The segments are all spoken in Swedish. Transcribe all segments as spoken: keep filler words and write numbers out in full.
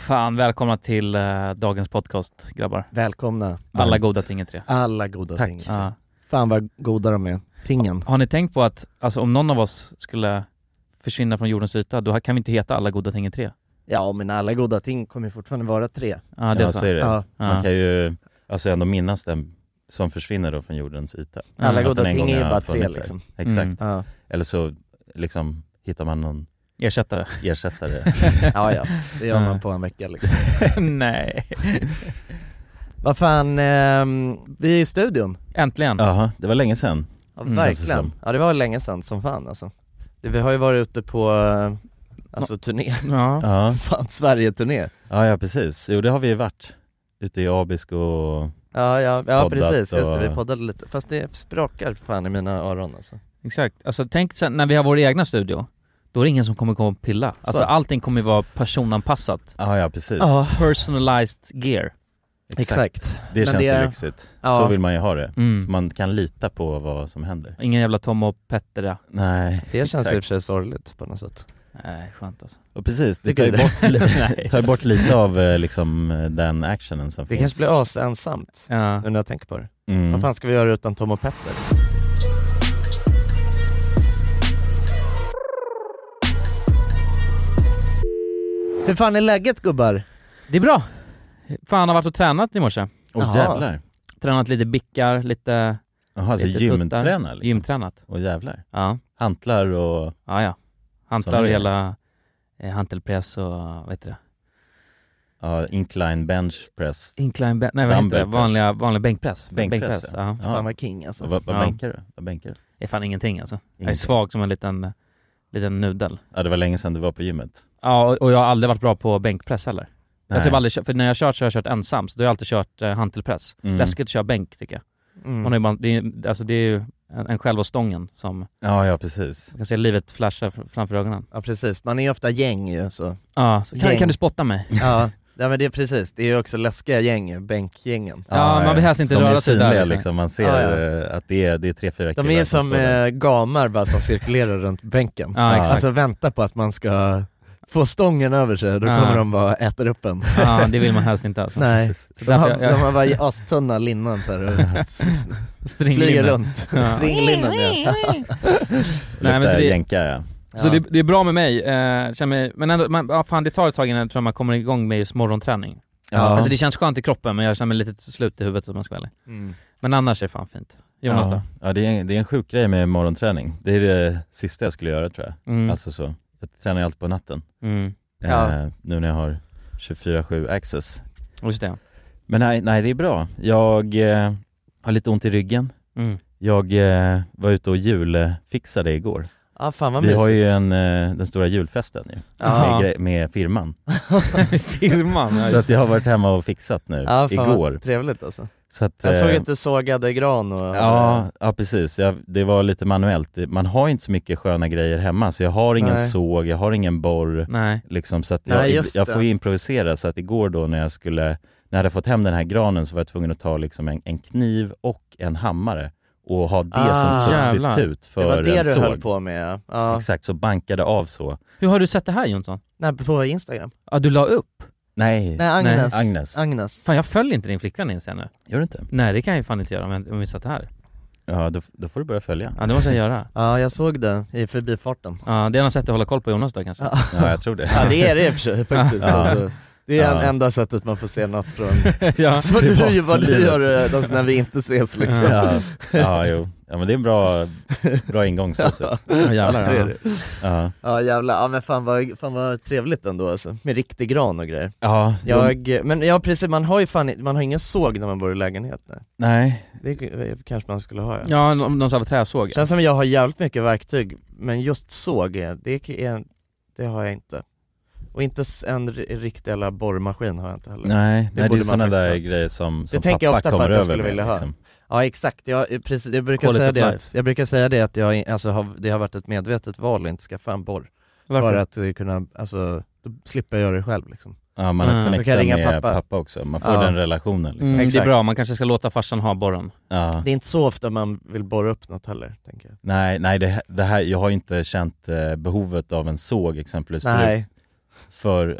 Fan, välkomna till uh, dagens podcast, grabbar. Välkomna. Alla goda ting är tre. Alla goda Tack. ting. Ja. Fan vad goda de är. Tingen. Har ni tänkt på att alltså, om någon av oss skulle försvinna från jordens yta, då kan vi inte heta alla goda ting är tre? Ja, men alla goda ting kommer fortfarande vara tre. Ja, det är ja, så. så är det. Ja. Man kan ju alltså ändå minnas den som försvinner då från jordens yta. Alla Mm. goda Att den en ting är gång ju har bara tre funnits här. liksom. Exakt. Mm. Ja. Eller så liksom hittar man någon Ersättare. ersättare. ja, ja. Det gör man Ja. på en vecka liksom. Nej. Vad fan, ehm, vi är i studion. Äntligen. Jaha, det var länge sedan. Ja, Mm. Känns det verkligen. som. Ja, det var länge sedan som fan alltså. Det, vi har ju varit ute på eh, alltså turné. Ja. Ja. Fan, Sverige-turné. ja, ja precis. Jo, det har vi ju varit. Ute i Abisk och... Ja, ja, ja Poddat precis. Just det, och- vi poddade lite. Fast det sprakar fan i mina öron alltså. Exakt. Alltså tänk sen, när vi har vår egna studio, då är det ingen som kommer komma och pilla. Alltså Så. allting kommer ju vara personanpassat. Ja, ja, precis. Ja, Personalized gear. exakt. Det Men känns det ju är- lyxigt. Ja. Så vill man ju ha det. Mm. Man kan lita på vad som händer. Ingen jävla Tom och Petter. Ja. Nej, Det känns exakt. i och för sig sorgligt på något sätt. Nej, skönt alltså. Och precis, det Tycker tar ju du bort, Nej. tar ju bort lite av eh, liksom eh, den actionen som Det finns. kanske blir as ensamt Ja. nu när jag tänker på det. Mm. Vad fan ska vi göra utan Tom och Petter? Hur fan är läget gubbar? Det är bra. Fan, har varit och tränat i morse. Åh Jaha. jävlar. Tränat lite bickar, lite, Jaha, alltså lite gymtränar liksom. gymtränat. Åh jävlar. Ja, Hantlar och... ja, ja. Hantlar Såna och grejer. hela eh, hantelpress och vad heter det? Ja, incline bench press. Incline bench, nej vad heter det? Dumbbell press. Vanliga, vanliga bänkpress. Bänkpress, ja. ja. Fan vad king alltså. Och vad, vad Ja. bänkar du? Vad bänkar du? Det är fan ingenting alltså. Jag är Ingenting. svag som en liten, liten nudel. Ja, det var länge sedan du var på gymmet. Ja, och- och jag har aldrig varit bra på bänkpress heller. Jag har Nej. typ aldrig kört, för när jag har kört så har jag kört ensam, så då har jag alltid kört eh, hantelpress. Mm. Läskigt att köra bänk tycker jag. Mm. Man har ju bara, det, är, alltså, det är ju en, en själv och stången som, Ja, ja precis. man kan se livet flasha fr- framför ögonen. Ja precis, man är ju ofta gäng ju så. Ja, så kan, Gäng. kan du spotta mig? Ja, ja men det är precis, det är ju också läskiga gäng, bänkgängen. Ja, man vill helst inte de röra är sig där, synliga, liksom. liksom. Man ser Ja, ja. eh, att det är, det är tre, fyra De killar är som står där. eh, gamar bara som cirkulerar runt bänken. Ja, exakt. Alltså vänta på att man ska få stången över sig, då Ja. kommer de bara äta upp en. Ja, det vill man helst inte alltså. Nej, Så de därför har, jag, de har bara astunna linnan så här och stringlinne. flyger runt. Ja. Stringlinnan ja. Nej, men så Luktar det- jänka, ja. Så Ja. det, det är bra med mig, eh, känner mig, men ändå, man, ja, fan det tar ett tag innan jag tror man kommer igång med just morgonträning. Ja. Alltså det känns skönt i kroppen, men jag känner mig lite slut i huvudet om man ska välja. Mm. Men annars är det fan fint. Jonas ja. då? Ja, det är, en, det är en sjuk grej med morgonträning. Det är det sista jag skulle göra tror jag. Mm. Alltså så. Jag tränar ju alltid på natten. Mm. Ja. Eh, nu när jag har tjugofyra sju access. Just det. Men nej, nej det är bra. Jag eh, har lite ont i ryggen. Mm. Jag eh, var ute och julfixade igår. Ja fan vad Vi mysigt. har ju en, eh, den stora julfesten ju. Ja. Med, gre- med firman. Firman. Ja, Så att jag har varit hemma och fixat nu, Ja fan igår. vad trevligt alltså. Så att, Jag såg eh, att du sågade gran och Ja, ja precis. Jag, det var lite manuellt. Det- Man har inte så mycket sköna grejer hemma. Så jag har ingen Nej. såg, jag har ingen borr. Nej. Liksom, så att Nej, jag, just jag det. får ju improvisera. Så att igår då när jag skulle, när jag hade fått hem den här granen, så var jag tvungen att ta liksom en, en kniv och en hammare och ha det Ah, som jävlar. substitut för det var det en du såg. höll på med ja. Exakt, så bankade av så. Hur har du sett det här Jonsson? Nej, på Instagram. Ja, du la upp? Nej, Nej, Agnes. Agnes. Agnes. Fan, jag följer inte din flickvän inser jag nu. Gör du inte? Nej, det kan jag ju fan inte göra om jag om jag missat det här. Ja, då, då får du börja följa. Ja, det måste jag göra. Ja, jag såg det i förbifarten. Ja, det är något sätt att hålla koll på Jonas då kanske. Ja, Ja, jag tror det. ja det är det i och för sig faktiskt. Ja. Alltså. Det är Ja. en enda sättet man får se något från Ja. så vad du, vad du Privatlivet. gör eh, alltså, när vi inte ses liksom. Ja, ja, jo. Ja, men det är en bra, bra ingång så sett. Ja, jävlar. Det är Ja. det. Ja, Ja jävlar, ja men fan vad, fan vad trevligt ändå alltså, med riktig gran och grejer. ja Jag, men ja precis, man har ju fan, man har ingen såg när man bor i lägenhet. Nej. nej. Det kanske man skulle ha ja. Ja, någon någon sån här träsåg. Känns som jag har jävligt mycket verktyg, men just såg, är- det, är, det har jag inte. Och inte s- en r- riktig jävla borrmaskin har jag inte heller. Nej, nej det är borde man sådana faktiskt där ha. grejer som, som tänker jag pappa ofta på kommer att jag över skulle med, vilja ha. liksom. Ja exakt, jag, precis, jag, brukar Quality säga of det life. att, jag brukar säga det att jag, alltså, har, det har varit ett medvetet val att inte skaffa en borr. Varför? För att eh, kunna, alltså, då slipper jag göra det själv liksom. Ja, man har Mm. Då kan jag connectat ringa med pappa. pappa. också. Man får Ja. den relationen liksom. Mm, det är Exakt. bra, man kanske ska låta farsan ha borren. Ja. Det är inte så ofta man vill borra upp något heller, tänker jag. Nej, nej det, det här, jag har ju inte känt eh, behovet av en såg exempelvis. Nej, För, för, ja,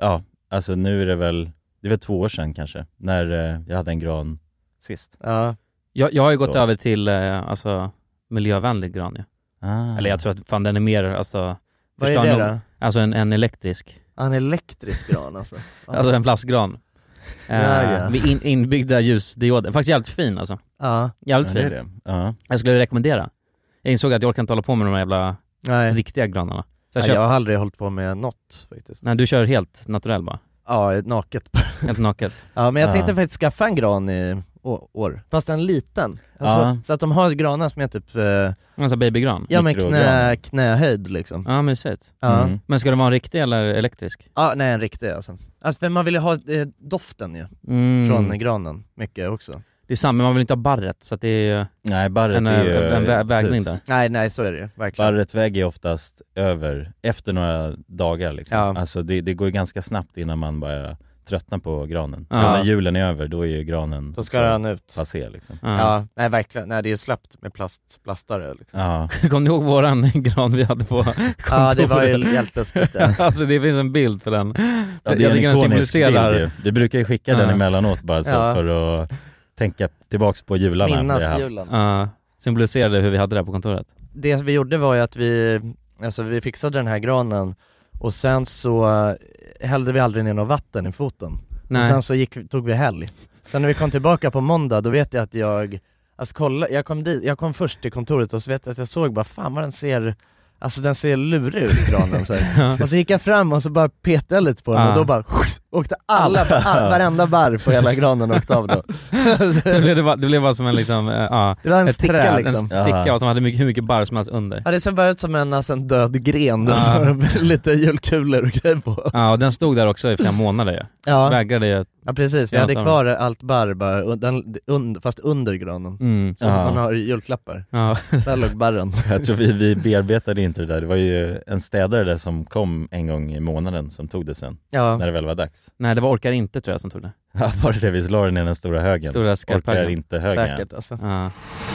alltså nu är det väl, det är väl två år sedan kanske, när eh, jag hade en gran sist. Ja. Jag, jag har ju gått Så. över till eh, alltså, miljövänlig gran. Ja. Ah. Eller jag tror att fan den är mer, alltså... Vad är förstår det nog- då? Alltså en, en elektrisk. Ah, en elektrisk gran alltså. Alltså en plastgran. Ja, Eh, ja. Med in, inbyggda ljusdioder. Faktiskt jävligt fin alltså. Ja. Jävligt Ja, det är fin. det. Ja. Jag skulle rekommendera. Jag insåg att jag orkar inte hålla på med de här jävla Nej. riktiga granarna. Så jag Nej, kör, jag har aldrig hållit på med något faktiskt. Nej, du kör helt naturell bara. Ja, naket. Helt naket. Ja, men jag Ja. tänkte faktiskt skaffa en gran i å- år. Fast en liten. Alltså, Ja. så att de har granar som är typ, eh, Alltså babygran. ja men knä, Mikrogran. knähöjd liksom. Ja, mysigt. Ja. Mm. Men ska det vara en riktig eller elektrisk? Ja, nej en riktig alltså. Alltså för man vill ju ha eh, doften ju, Mm. från granen, mycket också. Det är samma, man vill inte ha barret. Så att det är Nej, barret en, är ju... en vä- vägning precis. där. Nej, nej så är det ju, verkligen. Barret väger oftast över efter några dagar liksom. Ja. Alltså det, det går ju ganska snabbt innan man bara tröttnar på granen. Så Ja. när julen är över, då är ju granen Då ska den ut. passé liksom. Ja. Ja, nej verkligen, nej det är ju släppt med plast, plastare liksom. Ja. Kommer ni ihåg våran gran vi hade på kontoret? Ja det var ju helt lustigt det. Alltså det finns en bild på den. Ja, det är jag en tycker den ikonisk symboliserar... bild ju. Vi brukar ju skicka den Ja. emellanåt bara så Ja. för att tänka tillbaks på jularna vi har Minnas haft. julen. Ja, symboliserade hur vi hade det på kontoret. Det vi gjorde var ju att vi, alltså vi fixade den här granen och sen så eh, hällde vi aldrig ner något vatten i foten. Nej. Och sen så gick, tog vi helg. Sen när vi kom tillbaka på måndag, då vet jag att jag, alltså kolla, jag kom dit, jag kom först till kontoret och så vet jag att jag såg bara, fan vad den ser, alltså den ser lurig ut granen så här. Och så gick jag fram och så bara petade jag lite på den Ja. och då bara åkte alla, all, varenda barr på hela granen åkte av då. det, blev det, bara, det blev bara som en liksom, eh, ja, Det var en ett sticka träd, liksom. en sticka Ja. som hade mycket, hur mycket barr som helst under. Ja det såg bara ut som en, alltså en död gren, det Ja. var lite julkulor och grejer på. Ja, och den stod där också i flera månader ju. Ja. Vägrade ju. Ja precis, vi Ja, hade ta kvar allt barr bara, och den, und, fast under granen. Mm. Så som Ja. man har julklappar. Ja. Där låg barren. Jag tror vi, vi bearbetade inte det där. Det var ju en städare där som kom en gång i månaden som tog det sen, Ja. när det väl var dags. Nej, det var Orkar inte tror jag som tog det. Ja, var det det? Vi la den i den stora högen. Stora Orkar skarphögen. inte högen. Säkert alltså. Ja.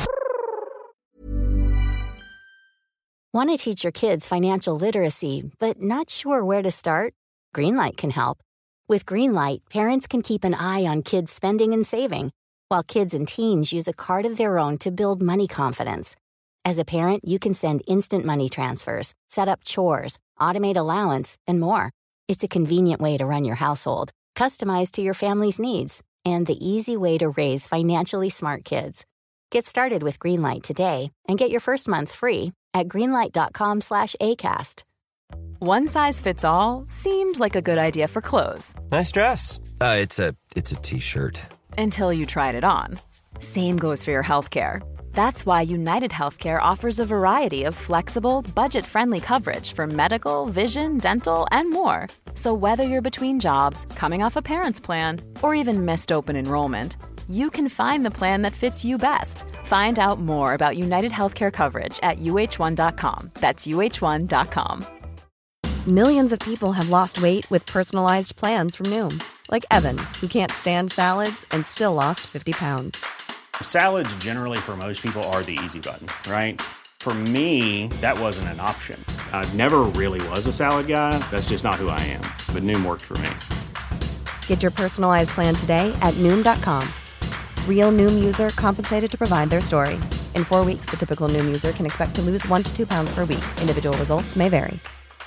Want to teach your kids financial literacy, but not sure where to start? Greenlight can help. With Greenlight, parents can keep an eye on kids' spending and saving, while kids and teens use a card of their own to build money confidence. As a parent, you can send instant money transfers, set up chores, automate allowance, and more. It's a convenient way to run your household, customized to your family's needs, and the easy way to raise financially smart kids. Get started with Greenlight today and get your first month free at greenlight.com slash ACAST. One size fits all seemed like a good idea for clothes. Nice dress. Uh, it's a it's a t-shirt. Until you tried it on. Same goes for your healthcare. That's why United Healthcare offers a variety of flexible, budget-friendly coverage for medical, vision, dental, and more. So whether you're between jobs, coming off a parent's plan, or even missed open enrollment, you can find the plan that fits you best. Find out more about United Healthcare coverage at U H one dot com. That's U H one dot com. Millions of people have lost weight with personalized plans from Noom. Like Evan, who can't stand salads and still lost fifty pounds. Salads generally for most people are the easy button, right? For me, that wasn't an option. I never really was a salad guy. That's just not who I am. But Noom worked for me. Get your personalized plan today at Noom dot com. Real Noom user compensated to provide their story. In four weeks, the typical Noom user can expect to lose one to two pounds per week. Individual results may vary.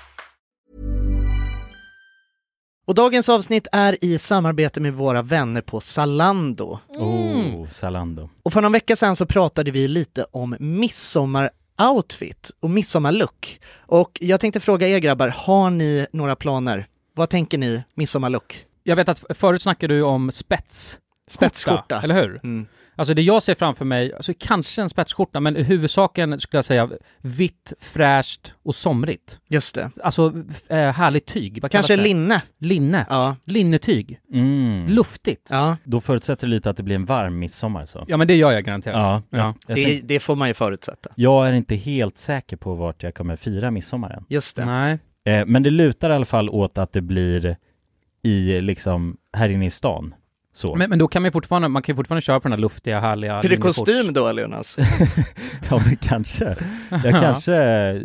Och dagens avsnitt är i samarbete med våra vänner på Zalando. Oh, Zalando. Och för någon vecka sedan så pratade vi lite om midsommaroutfit och midsommarlook. Och jag tänkte fråga er grabbar, har ni några planer? Vad tänker ni midsommarlook? Jag vet att förut snackade du om spets. Spetsskjorta. Eller hur? Mm. Alltså det jag ser framför mig, alltså kanske en spetsskjorta, men i huvudsaken skulle jag säga vitt, fräscht och somrigt. Just det. Alltså äh, härligt tyg. Vad Kanske kallas det? linne. Linne. Ja. Linnetyg. Mm. Luftigt. Ja. Då förutsätter det lite att det blir en varm midsommar så. Ja, men det gör jag garanterat. Ja, Ja. jag, jag, Det, tänk, det får man ju förutsätta. jag är inte helt säker på vart jag kommer fira midsommaren. Just det. Nej. Eh, men det lutar i alla fall åt att det blir i liksom här inne i stan. Så. Men, men då kan man ju fortfarande, man kan ju fortfarande köra på den här luftiga, härliga... Blir det linneshorts. kostym då, Jonas? Ja, men kanske. Jag kanske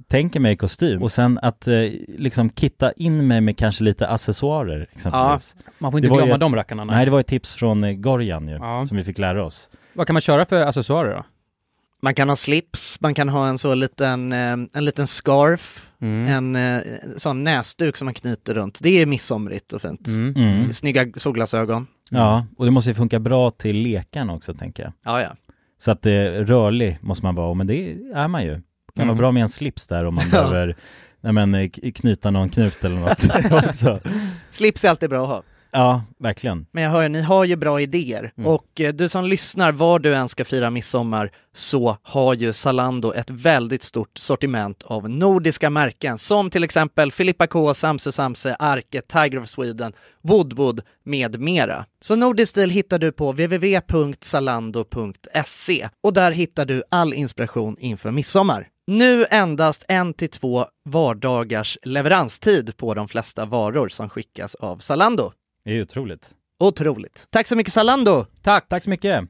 tänker mig i kostym. Och sen att eh, liksom kitta in mig med kanske lite accessoarer exempelvis. Ja, man får inte glömma ett, de rackarna. Nej, det var ett tips från eh, Gorjan ju, ja. Som vi fick lära oss. Vad kan man köra för accessoarer då? Man kan ha slips, man kan ha en så liten, en liten scarf, mm. en sån näsduk som man knyter runt. Det är midsomrigt och fint. Mm. Mm. Snygga solglasögon. Ja, och det måste ju funka bra till lekan också, tänker jag. Ja, ja. Så att det är rörlig måste man vara, men det är man ju. Det kan mm. vara bra med en slips där om man ja. behöver nej men, knyta någon knut eller något också. Slips är alltid bra att ha. Ja, verkligen. Men jag hör ju, ni har ju bra idéer. Mm. Och eh, du som lyssnar, var du än ska fira midsommar, så har ju Zalando ett väldigt stort sortiment av nordiska märken. Som till exempel Filippa K, Samse Samse, Arke, Tiger of Sweden, Woodwood med mera. Så nordisk stil hittar du på w w w punkt zalando punkt se. Och där hittar du all inspiration inför midsommar. Nu endast en till två vardagars leveranstid på de flesta varor som skickas av Zalando. Det är ju otroligt. Otroligt. Tack så mycket Zalando. Tack, tack så mycket.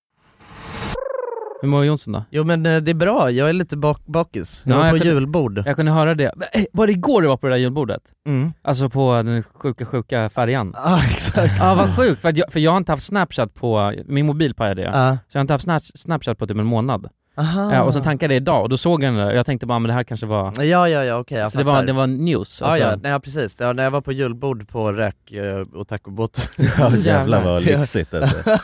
Hur mår Jonsson då? Jo men det är bra, jag är lite bak- bakis. Jag ja, var jag på kunde, julbord. Jag kunde höra det. Var det igår du var på det där julbordet? Mm. Alltså på den sjuka, sjuka färjan. Ja, ah, exakt. Ja, ah, vad sjukt. För jag, för jag har inte haft Snapchat på, min mobil pajade jag. Ah. Så jag har inte haft snap, Snapchat på typ en månad. Aha. Ja, och så tankade jag idag och då såg jag den där och jag tänkte bara, men det här kanske var... Ja, ja, ja, okej. Okay, så det var, det var news. Ja, alltså. ja, nej, precis. Ja, när jag var på julbord på Räk och tacobåt. Ja, jävlar vad lyxigt alltså.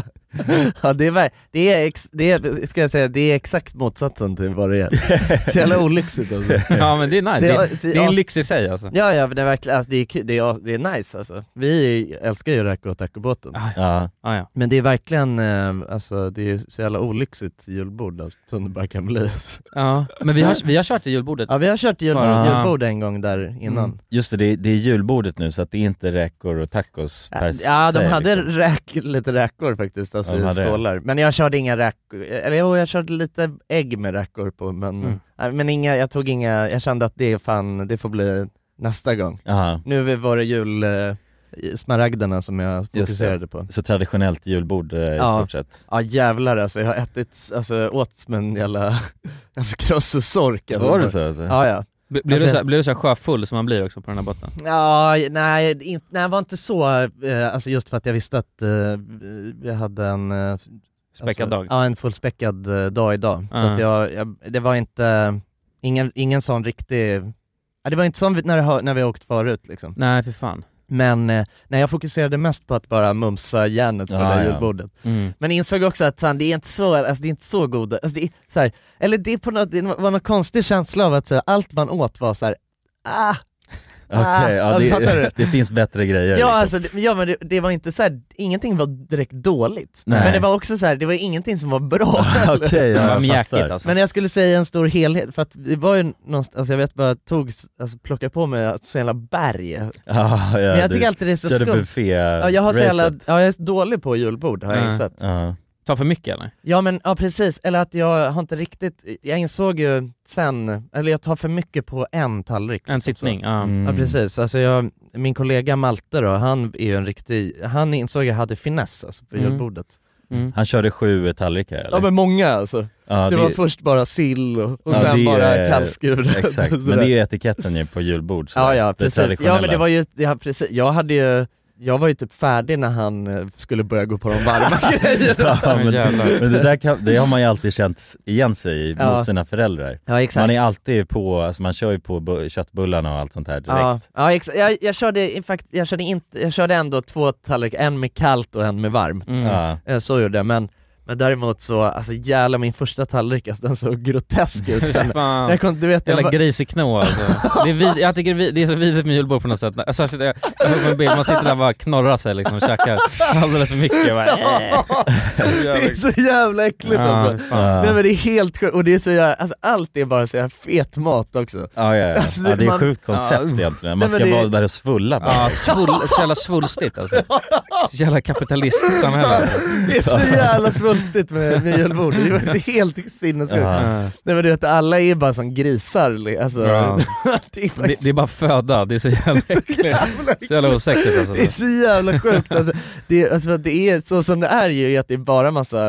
Ja, det är, det är, ex, det är, ska jag säga, det är exakt motsatsen till vad det är. Så jävla olyxigt alltså. Ja, men det är nice. Det är, det, det är en lyx i sig alltså. Ja, ja, men det är verkligen, alltså, det är, det är, det är nice alltså. Vi älskar ju Räk och tacobåten. Ah, ja. Ah, ja. Men det är verkligen, alltså, det är så jävla olyxigt julbord alltså, som det bara kan bli alltså. Ja, men vi har, vi har kört i julbordet. Ja, vi har kört i julbord, ah. julbord en gång där innan. Mm. Just det, det är, det är julbordet nu så att det är inte räkor och tacos per se. Ja, de hade liksom. räk, lite räkor faktiskt, alltså i skålar. Men jag körde inga räkor, eller jo, jag körde lite ägg med räkor på, men, mm. men inga, jag tog inga, jag kände att det fan, det får bli nästa gång. Aha. Nu var det jul eh, smaragderna som jag fokuserade på. Så traditionellt julbord eh, i ja. stort sett. Ja, jävlar alltså, jag har ätit, alltså åt som en jävla, alltså kross och sork. Alltså. Var det så alltså? Ja, ja. Blir du alltså, så, blir du så sjöfull som man blir också på den här båten? Ja, nej, in, nej, jag var inte så, eh, alltså just för att jag visste att eh, jag hade en eh, späckad alltså, dag? Ja, en fullspäckad uh, dag idag. Uh-huh. Så att jag, jag, det var inte, ingen, ingen sån riktig, ja, det var inte som vi, när, det, när vi åkt förut liksom. Nej, för fan. Men eh, nej, jag fokuserade mest på att bara mumsa järnet på ja, det där ja. julbordet. Mm. Men insåg också att fan, det är inte så, alltså, det är inte så goda, alltså, det är, så här, eller det, är på något, det var någon konstig känsla av att så, allt man åt var så här, ah, Okej, okay, ja, alltså, det, det finns bättre grejer. Ja, liksom. alltså, det, ja men det, det var inte så här, ingenting var direkt dåligt. Nej. Men det var också så här, det var ingenting som var bra. Okej, okay, ja, det var mjäkigt alltså. Men jag skulle säga en stor helhet, för att det var ju någonstans, alltså jag vet bara, jag tog, alltså plockade på mig så jävla berg. Ja, ja, men jag tycker alltid det är så skumt. Buffé, ja, jag har så jävla, ja, jag är dålig på julbord, har jag uh, insett. Uh. Ta för mycket eller? Ja men, ja precis, eller att jag har inte riktigt, jag insåg ju sen, eller jag tar för mycket på en tallrik. En sittning, ja. Mm. Ja precis, alltså jag, min kollega Malte då, han är ju en riktig, han insåg jag hade finess alltså på mm. julbordet. Mm. Han körde sju tallrikar eller? Ja men många alltså. Ja, det, det var först bara sill och, och ja, sen bara är, kallskuret. Exakt, men det är ju etiketten ju på julbord. Ja ja precis, ja men det var ju, ja, precis, jag hade ju jag var ju typ färdig när han skulle börja gå på de varma grejerna. Ja, men, men det, där kan, det har man ju alltid känt igen sig mot ja. sina föräldrar. Ja, exakt. Man är alltid på, alltså man kör ju på bu- köttbullarna och allt sånt här direkt. Ja, ja exakt. Jag, jag körde in fact, jag körde inte, jag körde ändå två tallrikar, en med kallt och en med varmt. Mm. Ja. Så gjorde jag, men Men däremot så, alltså jävla min första tallrik, alltså, den så grotesk ut. Sen, jag kom, du vet, jävla jag griseknå alltså. Det är vid, jag tycker det är, det är så vidrigt med julbord på något sätt. Alltså, jag, jag får en bild, man sitter där och bara knorrar sig liksom och käkar alldeles för mycket. Bara, äh. Det är så jävla äckligt ja, alltså. Ja. Nej men det är helt sjukt, och det är så jävla, alltså allt är bara så jävla fet mat också. Ja, ja, ja. Alltså, det, ja, det är man, sjukt koncept ja, egentligen. Man ska nej, vara det... där och svulla bara. Ja, svull, så jävla svulstigt alltså. Så jävla kapitalistsamhälle. Det är så jävla svulstigt med, med julbord. Det är så helt sinnessjukt. Ja. Nej men du vet, alla är bara som grisar alltså. Ja. det, är bara... Det, det är bara föda, det är så jävla äckligt. Så jävla osexigt alltså. Det är så jävla sjukt alltså. Det, alltså, det är så som det är ju, att det är bara massa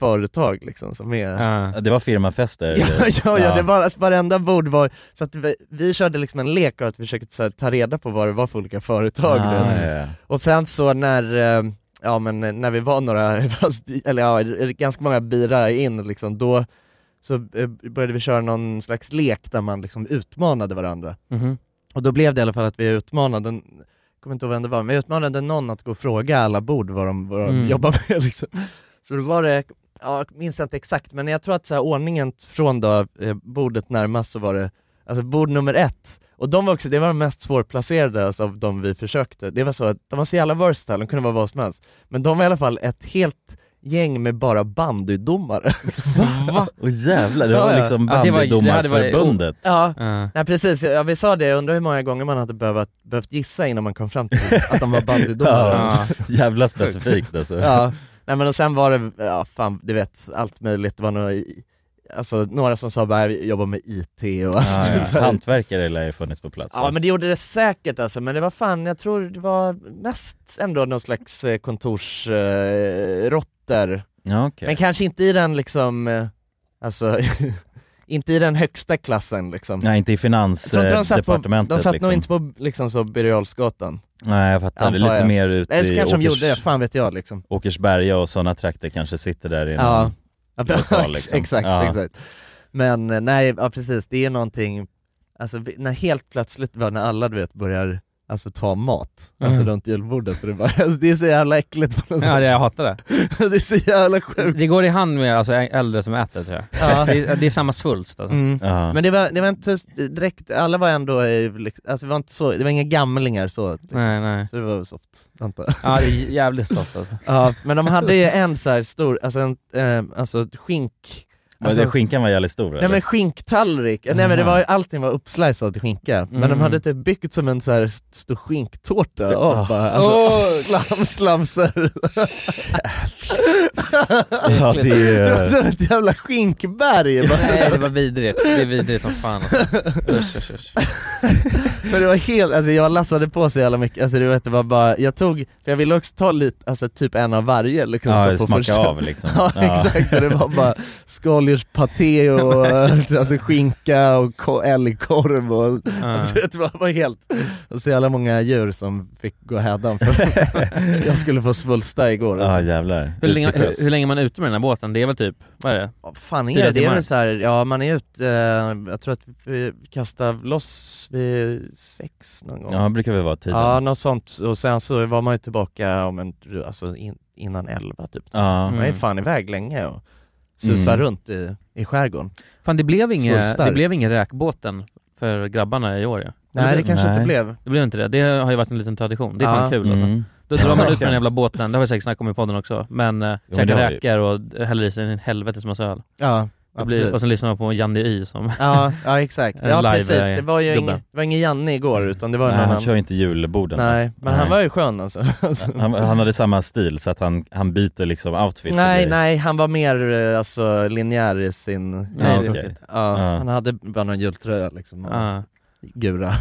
företag liksom som är... Ja. Det var firmafester. Ja, ja, ja, det var, alltså, varenda bord var, så att vi, vi körde liksom en lek av att vi försökte så här, ta reda på vad det var för olika företag. Ah, det. ja, ja. Och sen så när, ja men när vi var några, eller ja, ganska många bira in liksom, då så började vi köra någon slags lek där man liksom utmanade varandra. Mm-hmm. Och då blev det i alla fall att vi utmanade, jag kommer inte ihåg vem det var, men vi utmanade någon att gå och fråga alla bord vad de, vad de mm. jobbar med liksom. Så då var det, ja, jag minns inte exakt, men jag tror att så här, ordningen från då, eh, bordet närmast så var det, alltså bord nummer ett. Och de var också, det var de mest svårplacerade alltså, av de vi försökte. Det var så att de var så jävla versatile, de kunde vara vad som helst. Men de var i alla fall ett helt gäng med bara bandydomare. Va? Åh jävlar, det var ja, liksom ja. bandydomarförbundet. Ja, uh. nej, precis. Ja, vi sa det, jag undrar hur många gånger man hade behövt, behövt gissa innan man kom fram till att de var bandydomare. Ja, jävla specifikt alltså. Ja, nej men och sen var det, ja fan, du vet, allt möjligt. Det var några, alltså några som sa bara jag jobbar med I T och alltså, ja, ja. så hantverkare lär ju funnits på plats. Ja, va? Men det gjorde det säkert alltså, men det var fan, jag tror det var mest ändå någon slags kontorsrotter. Eh, ja, okay. Men kanske inte i den liksom, eh, alltså inte i den högsta klassen liksom. Nej, inte i finansdepartementet. De satt liksom. nog inte på liksom så Birger Jarlsgatan. Nej, jag fattar. Det är lite jag. mer ut Nej, i kanske Åkers... de gjorde, fan vet jag liksom. Åkersberga och sådana trakter kanske sitter där i ja. någon lokal liksom. Exakt, ja. exakt. Men nej, ja precis, det är någonting, alltså när helt plötsligt var när alla du vet börjar alltså ta mat, mm. alltså runt julbordet, och det, bara, alltså, det är så jävla äckligt. Ja, det, jag hatar det. Det är så jävla sjukt. Det går i hand med alltså, äldre som äter, tror jag. Ja. Det, är, det är samma svulst alltså. Mm. Ja. Men det var, det var inte direkt, alla var ändå, alltså det var inte så, det var inga gamlingar så. Liksom. Nej, nej. Så det var soft, antar jag. Ja, det är jävligt soft alltså. Ja, men de hade ju en så här stor, alltså en, eh, alltså skink. Alltså, skinkan var jävligt stor, eller? Nej men skinktallrik, nej men det var, allting var uppslicead till skinka, mm. men de hade typ byggt som en så här stor skinktårta och oh. bara, alltså oh. slam, slamser. Ja, det är... det var som ett jävla skinkberg. Bara. Nej, det var vidrigt, det är vidrigt som fan alltså. Usch, usch, usch. Men det var helt, alltså jag lassade på så jävla mycket, alltså du vet, det var bara, jag tog, för jag ville också ta lite, alltså typ en av varje liksom, ja, så på smaka första. av liksom. Ja, ja, exakt, och det var bara skaldjurspaté och alltså skinka och ko- älgkorv och ja. Alltså det var, var helt, och så jävla många djur som fick gå hädan för jag skulle få svulsta igår. Ja, ah, jävlar. Hur länge, hur, hur länge man är ute med den här båten? Det är väl typ, vad är det? Oh, fan är det? Det är väl så här, ja man är ute, eh, jag tror att vi kastar loss vid sex någon gång. Ja, brukar vi vara tiden. Ja, något sånt, och sen så var man ju tillbaka om en, alltså in, innan elva typ. Ja. Man är fan iväg länge och susar mm. runt i, i skärgården. Fan, det blev ingen, det blev ingen räkbåten för grabbarna i år, ja. Nej, det kanske Nej. inte blev. Det blev inte det. Det har ju varit en liten tradition. Det är fan ja. kul alltså. Mm. Då drar man ut med den jävla båten. Det har vi säkert snackat om i podden också. Men äh, jo, käkar men räkor och häller i sig en helvete som massa öl. Ja, ja blir, och sen lyssnar man på Janne Y som ja, ja exakt. Ja live, precis, det var ju ingen, det var ingen Janne igår, utan det var Nej, någon han annan. kör inte julborden. Nej, men Nej. han var ju skön alltså. han, han hade samma stil så att han, han byter liksom outfit. Nej, nej, han var mer alltså linjär i sin, ja, i, okay. ja, ja. han hade bara någon jultröja liksom. Ja. Gura.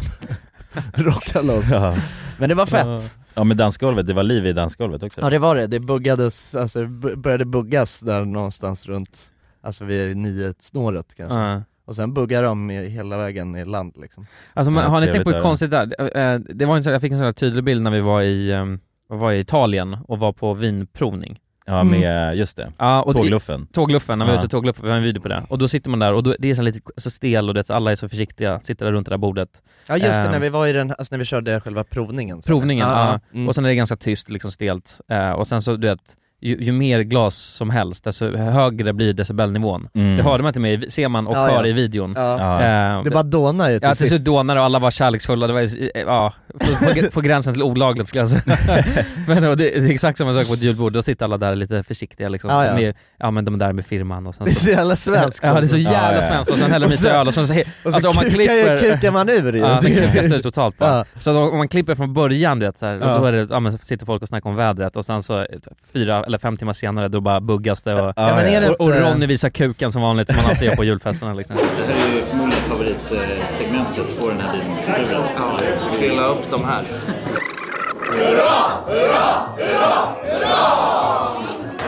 Rocka loss. Ja. Men det var fett. Ja. Ja, men dansgolvet, det var liv i dansgolvet också. Ja, det var det. Det buggades, alltså började buggas där någonstans runt, alltså vid nio snåret kanske. Ja. Och sen buggade de hela vägen i land liksom. Alltså man, ja, har ni tänkt på där. ett konstigt där? Det var en sån, jag fick en sån här tydlig bild när vi var i, var i Italien och var på vinprovning. Ja, med, just det. Ja, och tågluffen. Det, tågluffen, när vi var ja. ute i tågluffen, vi har en video på det. Och då sitter man där och då, det är så lite så stel och det, alla är så försiktiga, sitter där runt det där bordet. Ja just det, um, när vi var i den, alltså när vi körde själva provningen. Provningen, ja. ja. Mm. Och sen är det ganska tyst, liksom stelt. Uh, och sen så, du vet, ju, ju mer glas som helst, desto högre blir decibelnivån. Mm. Det hörde man inte med, ser man och ja, hör ja. i videon. Ja. Ja. Uh, det bara dånar ju. Ja, till slut dånar och alla var kärleksfulla. Det var ja, på, på, på gränsen till olagligt skulle jag säga. Men det, det är exakt samma sak på ett julbord. Då sitter alla där lite försiktiga liksom. Ja, ja. Med, ja men de där med firman och sen det är så jävla svenskt. Ja, det är så jävla ja, ja. svenskt. Och sen häller de i sig öl och sen så, he, och så alltså, om man klipper, kukar man ur ja, det kukas ut totalt bara. Ja. Så om man klipper från början, vet, så här, ja. då är det, ja, men sitter folk och snackar om vädret och sen så fyra eller fem timmar senare då bara buggas det och, ja, men är det och, och Ronny visar kuken som vanligt som man alltid gör på julfesterna liksom. Det här är ju förmodligen favoritsegmentet på den här videon. Ja, fylla upp de här. Det är ju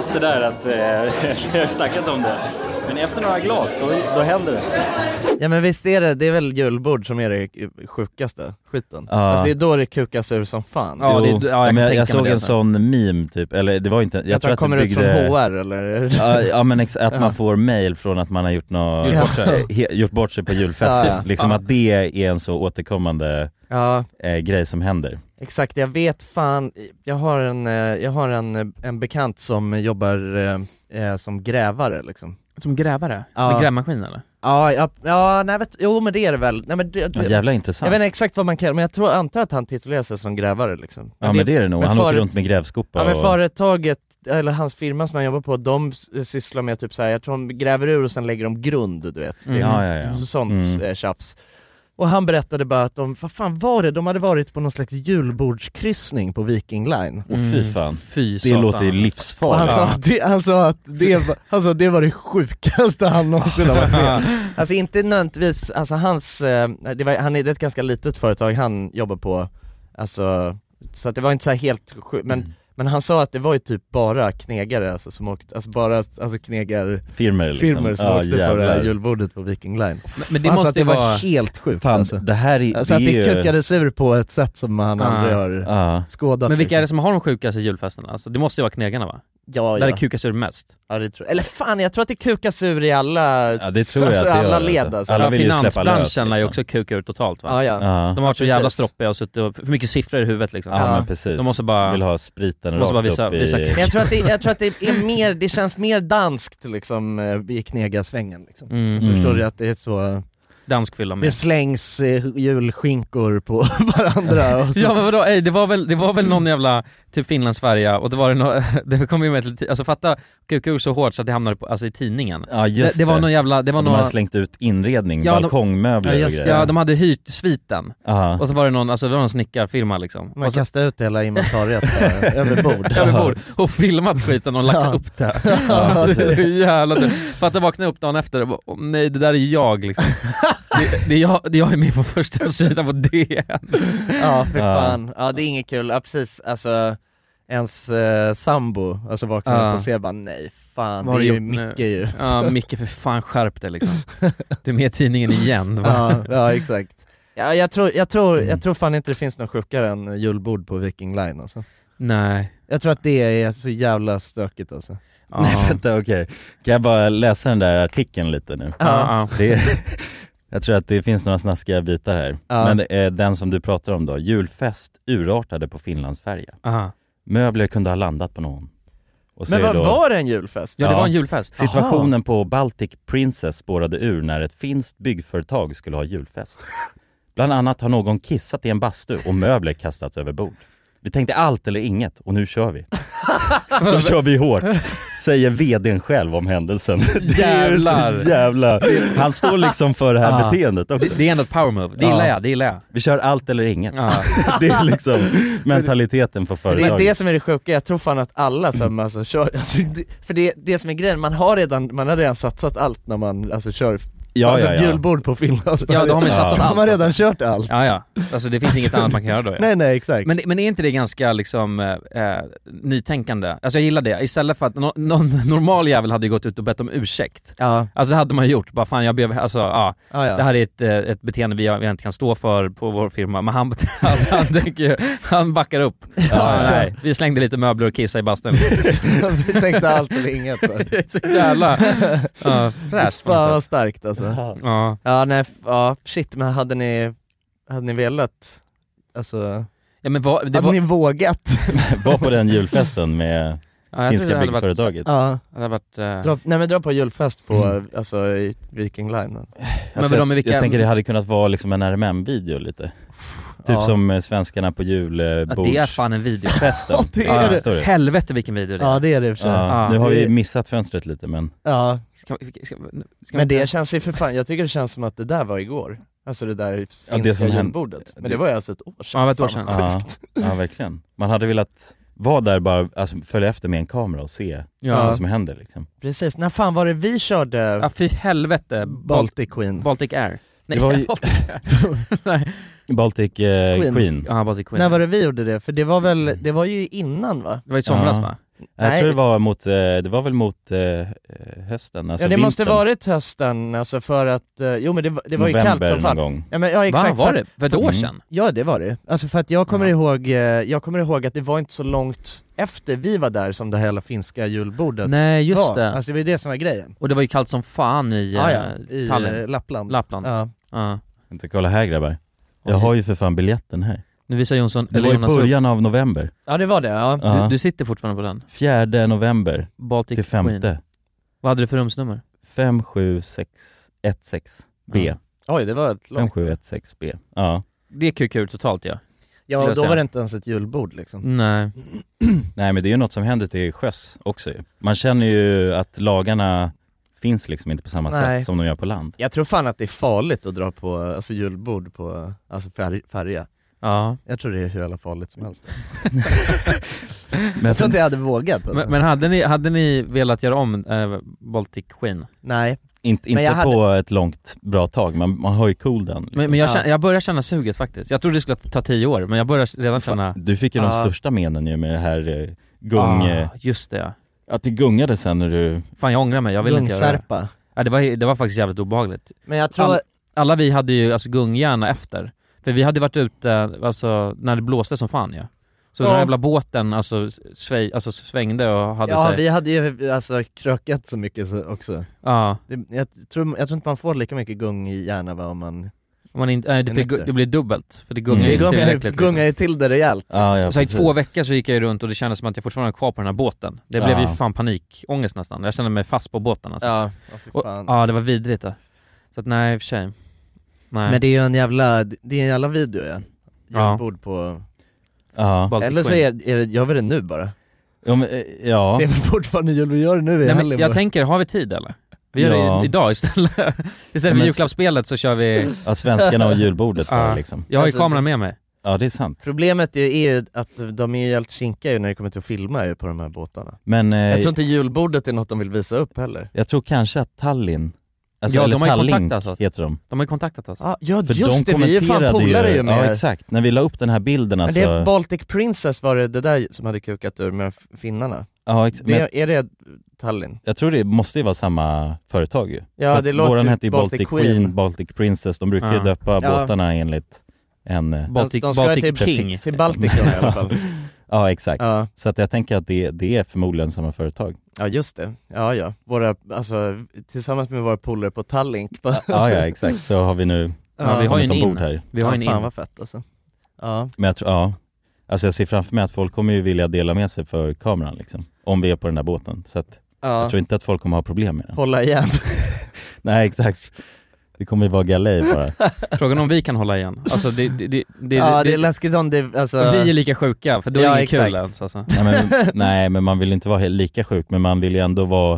just det där att eh, jag har snackat om det. Men efter några glas, då, då händer det. Ja men visst är det, det är väl julbord som är det sjukaste skiten. Ja. Alltså det är då det kukas ur som fan. Ja, det, ja, jag, ja, men jag, jag såg det, en sån meme typ, eller det var inte, jag, jag tror att det kommer byggde... ut från H R eller? Ja, ja men ex- att man får mail från att man har gjort något, gjort bort sig, he, gjort bort sig på julfest. Ja, ja. Liksom Ja. att det är en så återkommande Ja. eh, grej som händer. Exakt, jag vet fan, jag har en, eh, jag har en, en bekant som jobbar eh, eh, som grävare liksom. Som grävare? Ja. Med grävmaskin eller? Ja, ja, ja nej, vet, jo men det är det väl. Nej, men det, Ja, jävla intressant. jag vet inte exakt vad man kan, men jag tror, antar att han titulerar sig som grävare liksom. Ja men det, men det är det nog, men han före, åker runt med grävskopa. Ja men och... företaget, eller hans firma som han jobbar på, de s- sysslar med typ så här, jag tror de gräver ur och sen lägger de grund, du vet. Mm. Ja, ja, ja. Så sånt Mm. eh, tjafs. Och han berättade bara att de, vad fan var det? De hade varit på någon slags julbordskryssning på Viking Line. Och fy fan, Fy det satan. låter ju Och han livsfarligt. sa, att det, han sa att det var, han sa, det var det sjukaste han någonsin har varit med. Alltså inte nödvändigtvis, alltså hans, eh, det var, han är det är ett ganska litet företag han jobbar på, alltså, så att det var inte så här helt sjukt, men Mm. Men han sa att det var ju typ bara knegare alltså, som åkte, alltså bara alltså knegar Firmer liksom. firmer som Ja, åkte på det här jävlar. julbordet på Viking Line. Men, men det Alltså måste att det ju var vara... helt sjukt Fan, alltså. det här är, Alltså det att det är ju... kukades ur på ett sätt som han Ah. aldrig har Ja. skådat. Men vilka är det liksom. som har de sjukaste julfesterna? Alltså, det måste ju vara knegarna va? Ja, Där ja. det kukas ur mest. Ja, det tror jag. Eller fan, jag tror att det kukas ur i alla, Ja, det tror jag alltså, att det alla gör, led alltså. alltså. Alla Ja, vill ju släppa lös, finansbranschen lär ju liksom. också kuka ur totalt va? Ja, ja. Ja. De har varit så Ja, jävla precis. stroppiga och suttit och för mycket siffror i huvudet liksom. Ja, Ja. men precis. De måste bara... vill ha spriten måste rakt bara visa- upp i... visa Men jag tror att det, jag tror att det är mer, det känns mer danskt liksom eh, i knegasvängen liksom. Mm. Så Mm. förstår du att det är så, Dansk fylla med. det slängs eh, julskinkor på varandra och så. Ja men vadå, ey, det, var väl, det var väl någon jävla typ Finlandsfärja och det var det, no, det kom ju med till, alltså fatta kuka ur så hårt så att det hamnade på, alltså i tidningen. Ja just det, det var någon jävla, det var de hade någon, slängt ut inredning, Ja, de- balkongmöbler Ja, och just grejer. ja de hade hyrt sviten Ja. och så var det någon, alltså det var någon snickarfirma liksom. Man Och så, kastar ut hela inventariet bara, över bord. över bord och filmat skiten och lagt Ja. upp det. Ja, det är så precis. jävla dumt. För att jag vaknade upp dagen efter och bara, åh nej det där är jag liksom. det, det, är jag, det är jag är med på första sidan på D N. Ja, för Ja. fan. Ja, det är inget kul. Ja, precis. Alltså, ens eh, sambo, alltså vaknar Ja. upp och ser bara, nej, fan, Vad har det du är ju gjort nu? mycket ju. Ja Micke för fan skärp dig liksom. Du är med i tidningen igen va? Ja, ja, exakt. Ja, jag tror, jag tror, Mm. jag tror fan inte det finns något sjukare än julbord på Viking Line alltså. Nej. Jag tror att det är så jävla stökigt alltså. Ja. Nej vänta, okej. Kan jag bara läsa den där artikeln lite nu? Ja, ja. Det är, jag tror att det finns några snaskiga bitar här. Ja. Men det är den som du pratar om då. Julfest urartade på Finlandsfärja. Aha. Möbler kunde ha landat på någon. Och så Men är vad då, var det en julfest? Ja det Ja. var en julfest. situationen på Baltic Princess spårade ur när ett finskt byggföretag skulle ha julfest. Bland annat har någon kissat i en bastu och möbler kastats över bord. Vi tänkte allt eller inget och nu kör vi. Nu kör vi hårt, säger vdn själv om händelsen. Det är ju Jävlar. så jävla... Han står liksom för det här Ja. beteendet också. Det, det är ändå ett power move, det Ja. gillar jag, det gillar jag. Vi kör allt eller inget. Ja. Det är liksom mentaliteten på Det är företaget. det som är det sjuka, jag tror fan att alla som alltså kör, alltså, det, för det, det som är grejen, man har redan, man har redan satsat allt när man alltså kör, Ja, alltså ja, ja. julbord på film alltså, Ja då har man ju Ja. satsat då har allt man redan alltså. kört allt. Ja ja, alltså det finns inget annat man kan göra då ja. Nej nej exakt. Men, men är inte det ganska liksom eh, eh, nytänkande? Alltså jag gillar det, istället för att no, någon normal jävel hade gått ut och bett om ursäkt. Ja, Alltså det hade man ju gjort, bara fan jag blev, alltså ja, ja, ja. det här är ett, eh, ett beteende vi, vi inte kan stå för på vår firma, men han, han, han, tänker, ju- han backar upp. Ja, Ja. nej, vi slängde lite möbler och kissade i bastun. Vi tänkte allt eller inget. Det är så jävla ja, fräscht på Fan något vad sätt. starkt alltså. Ja. Ja nej, f- ja shit, men hade ni, hade ni velat, alltså, Ja, men vad, det hade var, ni vågat? Var på den julfesten med ja, jag tror finska det hade varit, byggföretaget. Ja, det hade varit eh, dra, nej men dra på julfest på, Mm. alltså i Viking Line. Alltså, vadå, med vilka- Jag tänker det hade kunnat vara liksom en R M M-video lite. Typ Ja. som eh, svenskarna på ja, julbordsfesten. det är fan en video. Ja, det är det. Står det. Helvete vilken video det är. Ja det är det i och för sig. Ja, Ja. nu har vi Det- missat fönstret lite men Ja, Ska, ska, ska, ska men det känns ju för fan, jag tycker det känns som att det där var igår. Alltså det där finska det som hände- julbordet. Men det- det var ju alltså ett år sedan. Ja, det var ett år Fan, sedan. vad ja, sjukt. ja verkligen. Man hade velat vara där bara, alltså följa efter med en kamera och se Ja. vad som händer liksom. Precis, när fan var det vi körde Ja fy helvete, Bal- Baltic Queen? Baltic Air. Nej, Det var ju- Baltic Air. Nej. Baltic eh, Queen. Queen. Ja, Baltic Queen. När var det vi gjorde det? För det var väl, det var ju innan va? Det var i somras Ja. va? Jag Nej. tror det var mot, eh, det var väl mot eh, hösten, alltså Ja det måste vintern. varit hösten, alltså för att, eh, jo men det, var- det var ju November kallt som fan. någon gång. Ja, men, ja exakt. Va, var för- det? För ett år Mm. sedan? Ja det var det. Alltså för att jag kommer Ja. ihåg, eh, jag kommer ihåg att det var inte så långt efter vi var där som det hela finska julbordet Nej just var. det. Alltså det var ju det som var grejen. Och det var ju kallt som fan i, Ja, ja, eh, i Tallinn. eh, Lappland. Lappland. Ja. Ja. Inte kolla här grabbar. Jag Oj. har ju för fan biljetten här. Nu visar Jonsson, Det eller var i Jonas upp. början av november. ja det var det, ja. Ja. Du, du sitter fortfarande på den. Fjärde november Baltic till Queen. femte. Vad hade du för rumsnummer? fem sju sex ett sex B. Ja. Oj det var ett fem långt. sju ett sex B. Ja. Det är Q Q totalt ja. Ja skulle och jag då säga. var det inte ens ett julbord liksom. Nej. Nej men det är ju något som händer till sjöss också ju. Man känner ju att lagarna finns liksom inte på samma Nej. sätt som de gör på land. Jag tror fan att det är farligt att dra på, alltså julbord på, alltså fär, färja. Ja. Jag tror det är hur jävla farligt som helst. Men Jag tror inte jag hade vågat alltså. Men, men hade, ni, hade ni velat göra om eh, Baltic Queen? Nej. Inte, Men inte jag på ett långt bra tag, man, man har ju cool den liksom. Men, men jag, Ja. känner, jag börjar känna suget faktiskt. Jag trodde det skulle ta tio år, men jag börjar redan känna... Du fick ju de Ja. största menen ju med det här eh, gung... eh, Ah, just det ja. Att det gungade sen när du... Fan jag ångrar mig, jag vill inte göra det. Gungsärpa. Ja, det, var, det var faktiskt jävligt obehagligt. Men jag tror, All, alla vi hade ju alltså gunghjärna efter. För vi hade varit ute alltså, när det blåste som fan ja. Så Ja. den jävla båten alltså, sväng, alltså svängde och hade ja sig... vi hade ju alltså krökat så mycket så också. Ja, Det, jag, tror, jag tror inte man får lika mycket gung i hjärna va, om man... om man inte, nej, det, En för, nykter. det blir dubbelt. För det gungar Mm. ju Det gungar, tillräckligt. gungar ju till det rejält. Ja, ja, Så, så i precis. två veckor så gick jag ju runt och det kändes som att jag fortfarande var kvar på den här båten. Det Ja. blev ju fan panikångest nästan. Jag kände mig fast på båten alltså. Ja, ja, fy Och, fan. ja det var vidrigt det. Så att nej i och för sig. Nej. Men det är ju en jävla, det är en jävla video ja. Ja. Julbord på... Ja. Baltic Eller så Queen. är, är det, gör vi det nu bara. Ja, men, eh, ja. Det är väl fortfarande jul, vi gör det nu i Nej, men helgen jag bara. tänker, har vi tid eller? Vi gör Ja. det i- idag istället. Istället Ja, för men- julklappsspelet så kör vi... ja, svenskarna och julbordet bara Ja. liksom. Jag har ju Alltså, kameran det- med mig. Ja, det är sant. Problemet är ju, är ju att de är ju helt kinkiga ju när det kommer till att filma ju på de här båtarna. Men eh, Jag jag, tror tror inte julbordet är något de vill visa upp heller. jag tror kanske att Tallinn, alltså, Ja, eller de har ju Tallink kontaktat oss. heter de. De har ju kontaktat oss. Ah, ja För just de det, vi är ju fan kommenterade polare ju med Ja exakt, när vi la upp den här bilden Men alltså. det är Baltic Princess var det, det där som hade kukat ur med f- finnarna. Ja, ex- men Det, är det Tallinn? jag tror det måste ju vara samma företag ju. Ja, För att det låter våran ju hette ju Baltic Baltic Queen. Queen, Baltic Princess, de brukar ju Ja. döpa Ja. båtarna enligt en... eh, Baltic, de ska Baltic till, King. till Baltikum i alla fall. Ja exakt, Ja. så att jag tänker att det, det är förmodligen samma företag. Ja just det, ja ja. Våra, alltså tillsammans med våra polare på Tallink. Ja ja exakt, så har vi nu Ja, vi har ju en kommit in. ombord här. Vi har Ja, en fan in. vad fett alltså. Ja. Men jag tror, ja, alltså jag ser framför mig att folk kommer ju vilja dela med sig för kameran liksom, om vi är på den där båten, så att Ja. jag tror inte att folk kommer ha problem med den. Hålla igen. Nej exakt, det kommer ju vara galej bara. Frågan om vi kan hålla igen. Alltså det, det, det, det, Ja det är det, läskigt om det, alltså. vi är lika sjuka, för då är Ja, det inget kul exakt. ens alltså. nej, men, nej men man vill inte vara helt lika sjuk, men man vill ju ändå vara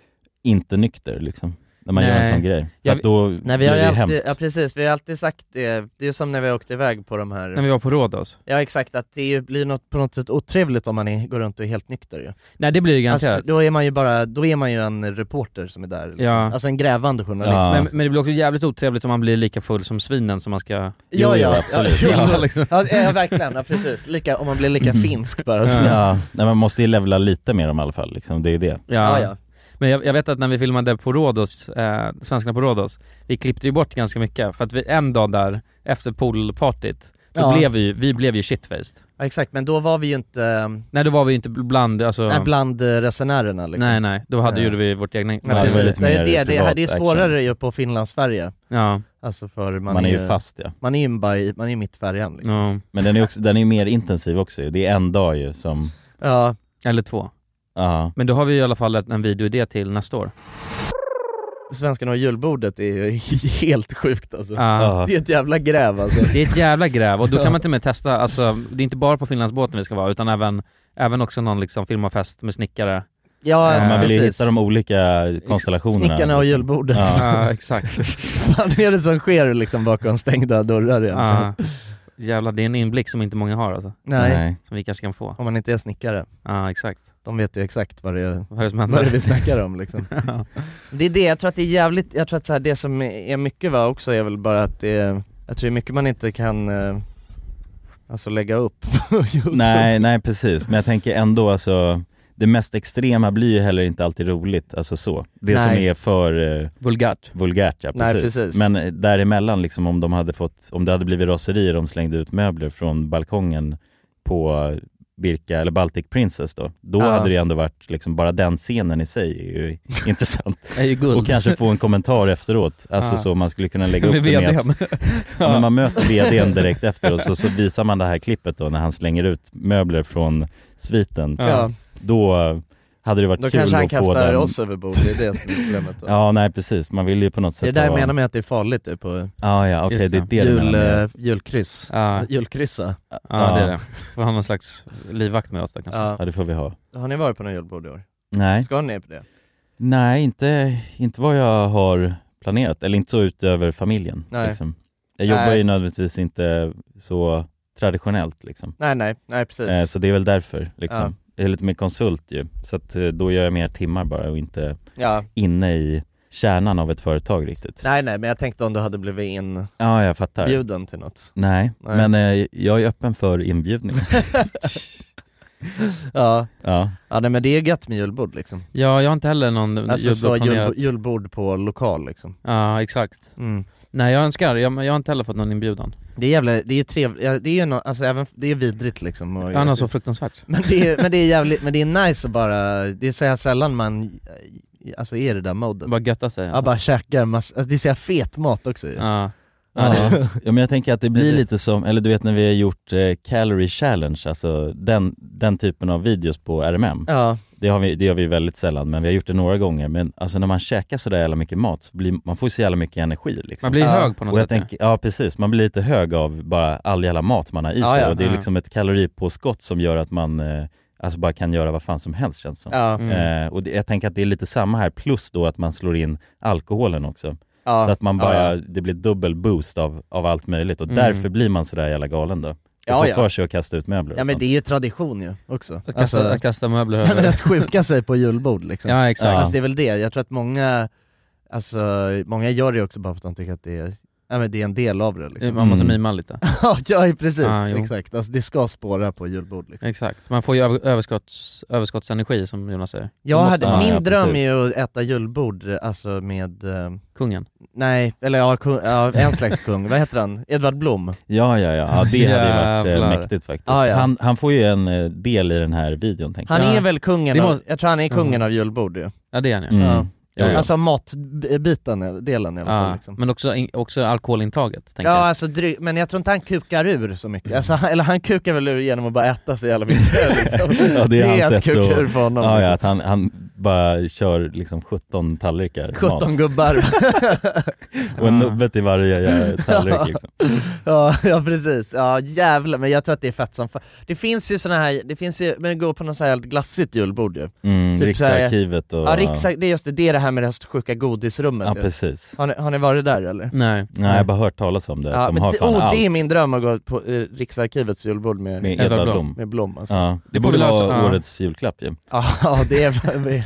inte nykter liksom, när man gör en Nej. sån grej. För Jag- att då Nej vi blir har det ju ju alltid, hemskt. ja precis, vi har alltid sagt det, det är som när vi åkte iväg på de här. När vi var på Rhodos. Ja exakt, att det är ju, blir något, på något sätt otrevligt om man är, går runt och är helt nykter ju. Nej det blir det garanterat. Alltså, då är man ju bara, då är man ju en reporter som är där liksom. Ja. Alltså en grävande journalist. Ja. men, men det blir också jävligt otrevligt om man blir lika full som svinen som man ska... Ja, Jo, ja, jo, absolut. Ja, Ja, ja, liksom. ja, ja verkligen, ja, precis. Lika, om man blir lika finsk bara så. Ja, nej, man måste ju levla lite med dem i alla fall liksom, det är det. Ja. Ja, ja. Men jag, jag vet att när vi filmade på Rhodos, eh, svenskarna på Rhodos, vi klippte ju bort ganska mycket, för att vi, en dag där, efter poolpartyt, då Ja. blev vi ju, vi blev ju shitfaced. Ja exakt, men då var vi ju inte, Nej då var vi ju inte bland, alltså... nej, bland eh, resenärerna liksom. nej nej, då hade, Nej. gjorde vi vårt egna... Ja, det var precis. lite Det är mer det, det, privat är- det är svårare action. ju på Finland-Sverige. Ja, Alltså för man, Man är ju fast ja. Man är ju bara i, man är mitt färjan liksom. ja, Men den är också, den är ju mer intensiv också ju. Det är en dag ju som, Ja. eller två. ja. Men då har vi i alla fall ett- en videoidé till nästa år. Svenskarna och julbordet är ju helt sjukt alltså. Ja. Ja. Det är ett jävla gräv alltså. Det är ett jävla gräv, och då kan man till och med testa, alltså det är inte bara på Finlandsbåten vi ska vara, utan även, även också någon liksom filmafest med snickare. Ja, Ja, alltså, Man vill ju precis. hitta de olika konstellationerna. Snickarna och liksom. julbordet. Ja. Ja, exakt. Vad är det som sker liksom bakom stängda dörrar egentligen? Ja. Jävla, det är en inblick som inte många har alltså, Nej. Nej. som vi kanske kan få. Om man inte är snickare. Ja, exakt. De vet ju exakt vad det är, Vad är det som vad det är händer? vi snackar om liksom. Ja. Det är det, jag tror att det är jävligt, jag tror att så här, det som är mycket va också är väl bara att det är, jag tror det är mycket man inte kan eh, alltså lägga upp på YouTube. Nej, nej precis, men jag tänker ändå alltså, det mest extrema blir ju heller inte alltid roligt, alltså så. Det Nej. som är för eh, vulgärt. vulgärt, ja, precis. Nej, precis. Men eh, däremellan liksom, om de hade fått, om det hade blivit raserier, de slängde ut möbler från balkongen på eh, Birka eller Baltic Princess då, då Ja. hade det ändå varit liksom, bara den scenen i sig är ju intressant. Är ju guld. Och kanske få en kommentar efteråt, alltså Ja. så man skulle kunna lägga upp Med det med vdn. att, ja, men man möter vdn direkt efter och så, så visar man det här klippet då när han slänger ut möbler från sviten. Ja. Då hade det varit Då kul kanske han att få kastar den. oss över bord, det är det som är problemet då. Ja, nej precis, man vill ju på något Det sätt är där jag ha- menar med att det är farligt typ, på Ja, ja, okej, Just det är det. det du jul, menar med. eh, julkryss. Ja. Julkryssa. Ja, det är det. Får ha någon slags livvakt med oss där kanske. Ja. Ja, det får vi ha. Har ni varit på någon julbord i år? Nej, Ska ni på det? nej inte, inte vad jag har planerat, eller inte så utöver familjen. Nej. Liksom. Jag jobbar Nej. ju nödvändigtvis inte så traditionellt liksom. Nej, nej, nej precis. Eh, så det är väl därför liksom. Ja. Jag är lite mer konsult ju, så att eh, då gör jag mer timmar bara och inte Ja. inne i kärnan av ett företag riktigt. Nej, nej, men jag tänkte om du hade blivit inbjuden Ja, jag fattar. till något. Nej, Nej. men eh, jag är öppen för inbjudning. Ja. Ja. Ja, nej, men det är gött med julbord liksom. Ja, jag har inte heller någon Alltså så julbord planerat. julbord, julbord på lokal liksom. Ja, exakt. Mm. Nej, jag önskar, jag, jag har inte heller fått någon inbjudan. Det är jävla, det är ju trevligt, ja, det är ju no, alltså även, det är vidrigt liksom och, Annars så fruktansvärt. men det är, men det är jävligt, men det är nice att bara, det är så här sällan man, alltså är det där modet. Bara götta sig. Ja, bara käkar massa, alltså det är så här fet mat också ju. Ja. Ja, ja, men jag tänker att det blir Det- lite som, eller du vet när vi har gjort eh, Calorie Challenge, alltså den, den typen av videos på R M M. Ja. Det, har vi, det gör vi väldigt sällan, men vi har gjort det några gånger. Men alltså när man käkar så där jävla mycket mat så blir man får så jävla mycket energi liksom. Man blir Ja. hög på något Och jag sätt. tänker, ja precis, man blir lite hög av bara all jävla mat man har i Ja, sig ja. och det är Ja. liksom ett kaloripåskott som gör att man eh, alltså bara kan göra vad fan som helst känns som. Ja. Mm. Eh, och det, jag tänker att det är lite samma här, plus då att man slår in alkoholen också. Ja. Så att man bara, Ja, ja. det blir dubbel boost av, av allt möjligt och Mm. därför blir man sådär jävla galen då. Och Ja, får ja. för sig att kasta ut möbler och Ja men sånt. det är ju tradition ju också. Att kasta, att kasta möbler nej, men över. att sjuka sig på julbord liksom. Ja, exakt. Ja. Alltså det är väl det, jag tror att många, alltså många gör det också bara för att de tycker att det är, ja men det är en del av det liksom. Man måste Mm. mima lite. Ja, ja precis, Ja, jo. exakt. Alltså det ska spåra på julbord liksom. Exakt. Man får ju över, överskotts, överskottsenergi som Jonas säger. Jag Man hade, Ja, min ja, dröm precis. är ju att äta julbord, alltså med, eh, Kungen. nej, eller ja, kung, ja, en slags kung, vad heter han? Edvard Blom? Ja, ja, ja, ja det hade ju varit eh, Jävlar. mäktigt faktiskt. Ja, ja. Han, han får ju en eh, del i den här videon tänker Han jag. är väl kungen Det av, måste- jag tror han är kungen Mhm. av julbord ju. Ja, det är han ju. Mm. Ja. Ja, ja. Alltså matbiten, delen i alla fall Ja, liksom. men också, också alkoholintaget, tänker Ja jag. alltså dry- men jag tror inte han kukar ur så mycket, alltså, han- eller han kukar väl ur genom att bara äta så jävla mycket liksom. Ja, det är hans att sätt kuka att- ur för honom Ja, ja, liksom. att han, han bara kör liksom sjutton tallrikar sjutton mat. gubbar. Och en nubbe till varje tallrik liksom. Ja, ja precis, ja jävlar, men jag tror att det är fett som fan. Det finns ju såna här, det finns ju, men det går på något så här helt glassigt julbord ju. Mm, Typ så här- Riksarkivet och... Ja Riksark, det är just det, det är det här med det här sjuka godisrummet Ja, ju. precis. Har ni, har ni varit där eller? Nej. Nej, jag har bara hört talas om det. Ja, att de men har det, fan oh, allt det är min dröm att gå på eh, Riksarkivets julbord med, med Edvard Edvard Blom. Blom. med Blom alltså. Ja, det Det får borde vi lösa, vara ja. årets julklapp ju. Ja, ja det är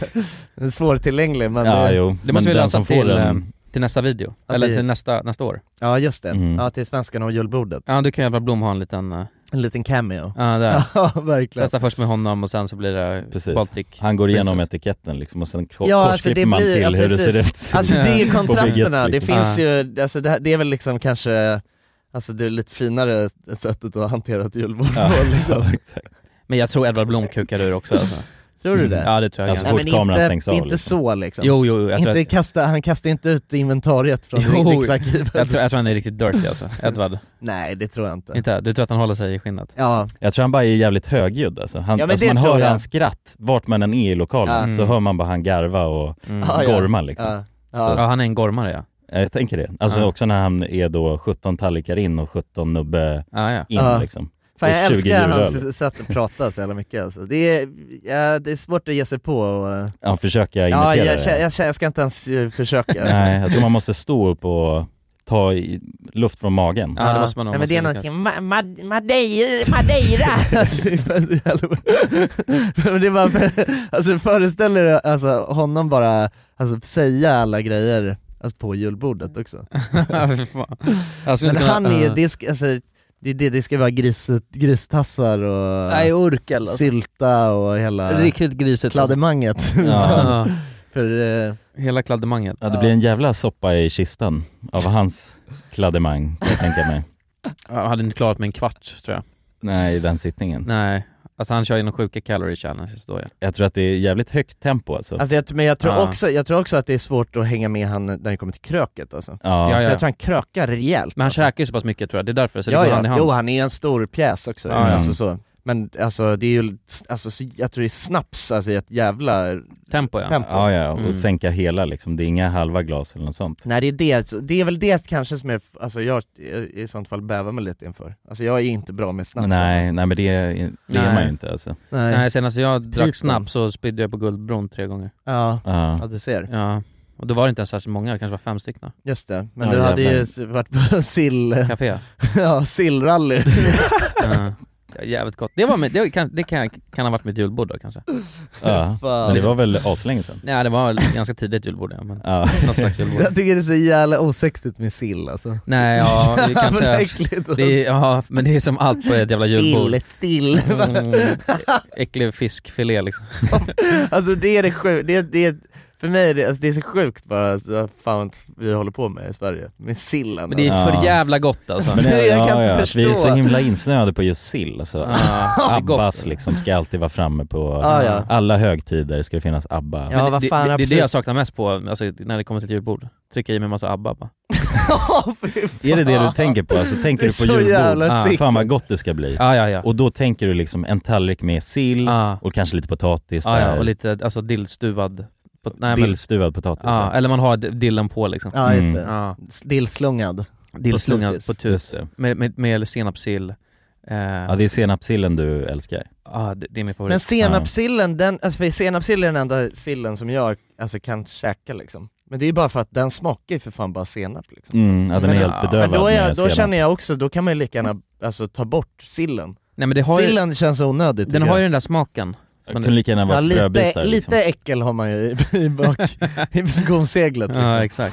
en svårtillgänglig men Ja, det, jo. Det måste Men vi den lösa som får till, den- eh, till nästa video. Att Eller vi- till nästa, nästa år. ja just det, Mm. ja till svenskarna och julbordet. Ja, du kan ju Edvard Blom ha en liten... eh, En liten cameo. Ja, där. Ja verkligen. Testa först med honom och sen så blir det Precis. Baltic. Han går igenom Princess. etiketten liksom och sen ko- Ja, alltså korsklipper det man blir, till ja, hur det ser precis. ut. Alltså det är kontrasterna, På det liksom. finns Ah. ju, alltså det, här- det är väl liksom kanske, alltså det är lite finare sättet att hantera ett julbord Ja, på liksom. ja, exakt. Men jag tror Edvard Blom kukar ur också alltså. Tror du det? Ja, det tror jag. Alltså, gärna. fort kameran stängs inte, av, inte liksom. så liksom. Jo, jo, jag tror, inte att, kasta, han kastar inte ut inventariet från Jo, Riksarkivet. jag, tror, jag tror han är riktigt dirty alltså, Edvard. Nej det tror jag inte. Inte? Du tror att han håller sig i skinnet? Ja, Jag tror han bara är jävligt högljudd alltså. Han, Ja, men alltså det man tror hör jag. hans skratt vart man än är i lokalen, Ja. så Mm. hör man bara han garva och Mm. ja, ja. gorma liksom. Ja. Ja, Ja. han är en gormare ja. Jag tänker det. Alltså Ja. också när han är då sjutton tallrikar in och sjutton nubbe Ja, ja. in Ja. liksom. Fan, Och jag tjugo älskar julöl. hans sätt att prata så jävla mycket alltså. Det är, ja, det är svårt att ge sig på och, eh, Ja, försöka ja, imitera jag, det. jag, jag, jag ska inte ens eh, försöka. Nej, jag tror man måste stå upp och ta i luft från magen. Ja, det måste man nog. Nej, men det är måste någonting, ma- ma- Madeira, Madeira! Alltså, det är fan så jävla- Men det är bara, alltså föreställer dig alltså, honom bara, alltså säga alla grejer alltså, på julbordet också. Fy fan. Jag skulle Men kunna- han är, ja. det, sk- alltså, Det, det, det ska vara gris, gristassar och Nej, urkel alltså. sylta och hela Riktigt grisigt kladdemanget. Ja. För eh, hela kladdemanget. Ja, det blir en jävla soppa i kistan av hans kladdemang, kan jag tänka mig. Jag hade inte klarat mig en kvart, tror jag. Nej, i den sittningen. Nej, alltså han kör ju någon sjuka calorie challenge, då jag. Jag tror att det är jävligt högt tempo alltså. Alltså jag, men jag tror, Ja. också, jag tror också att det är svårt att hänga med han när det kommer till kröket alltså. Ja. Ja, Så ja. jag tror han krökar rejält. Men han alltså. käkar ju så pass mycket, tror jag. Det är därför. Så det Ja, går ja. hand i hand. Jo, han är en stor pjäs också. Ja, alltså, ja. så. Men alltså det är ju, alltså, så, jag tror det är snaps, alltså ett jävla Tempo, ja. tempo. Ja, ja, och Mm. sänka hela liksom. Det är inga halva glas eller något sånt. Nej, det är det, det är väl det kanske som är, alltså jag i sånt fall bävar mig lite inför. Alltså jag är inte bra med snaps. Nej, alltså. nej men det, är- det är Nej. man ju inte alltså. Nej. Nej, senast jag drack Priten. snaps så spydde jag på Guldbron tre gånger. Ja. Ja. Ja, du ser. Ja. Och då var det inte ens särskilt många, det kanske var fem stycken. Just det. Men Ja, du hade ju jävlar. varit på sill, Café. ja, sillrally. Ja. Ja, jävligt gott. Det, var med, det, kan, det kan, kan ha varit mitt julbord då kanske. Ja. Fan. Men det var väl aslänge sedan. Nej, det var ganska tidigt julbord, ja, men Ja. något slags julbord. Jag tycker det är så jävla osexigt med sill alltså. Nej, ja, det Men kanske... äckligt. det är, ja, men det är som allt på ett jävla julbord. Sill, sill. Mm, äcklig fiskfilé liksom. Alltså det är det sjukt, det, det, för mig är det, alltså det är så sjukt bara, alltså, fan vi håller på med i Sverige, med sillen. Men det är för Ja. jävla gott alltså. Men det, Jag kan ja, inte ja. förstå. Vi är så himla insnöade på just sill alltså. Ja, det är gott. Abbas liksom ska alltid vara framme på Ja, ja. alla högtider ska det finnas Abba. Ja, Men vad det, fan, det, det är det absolut. jag saknar mest på, alltså, när det kommer till julbord. Trycka i mig en massa ABBA bara. Är det det du tänker på? Alltså tänker Det är du på så julbord? jävla Ah, sick. fan vad gott det ska bli. Ja, ja, ja. Och då tänker du liksom en tallrik med sill Ja. och kanske lite potatis Ja, där. ja, och lite alltså dillstuvad pot- nej, men, Dillstuvad potatis. ja, eller man har d- dillen på liksom. Ja just Mm. det, Ja. dillslungad. Dillslungad slutis. på Just tust det. med, med, med senapssill. Eh, Ja, det är senapssillen du älskar. ja, det, det är min favorit. Men senapssillen, den, alltså för senapssill är den enda sillen som jag alltså, kan käka liksom. Men det är bara för att den smakar ju för fan bara senap liksom. Mm, ja, den är Men- helt ja, bedövad Men då, är jag, med då senap. känner jag också, då kan man ju lika gärna alltså, ta bort sillen. Nej, men det har ju, Sillen känns onödigt. den tycker har ju jag. den där smaken. Det kunde lika gärna Ja, vara lite, brödbitar lite liksom. äckel har man ju i, i bak, i skonseglet liksom. Ja, exakt.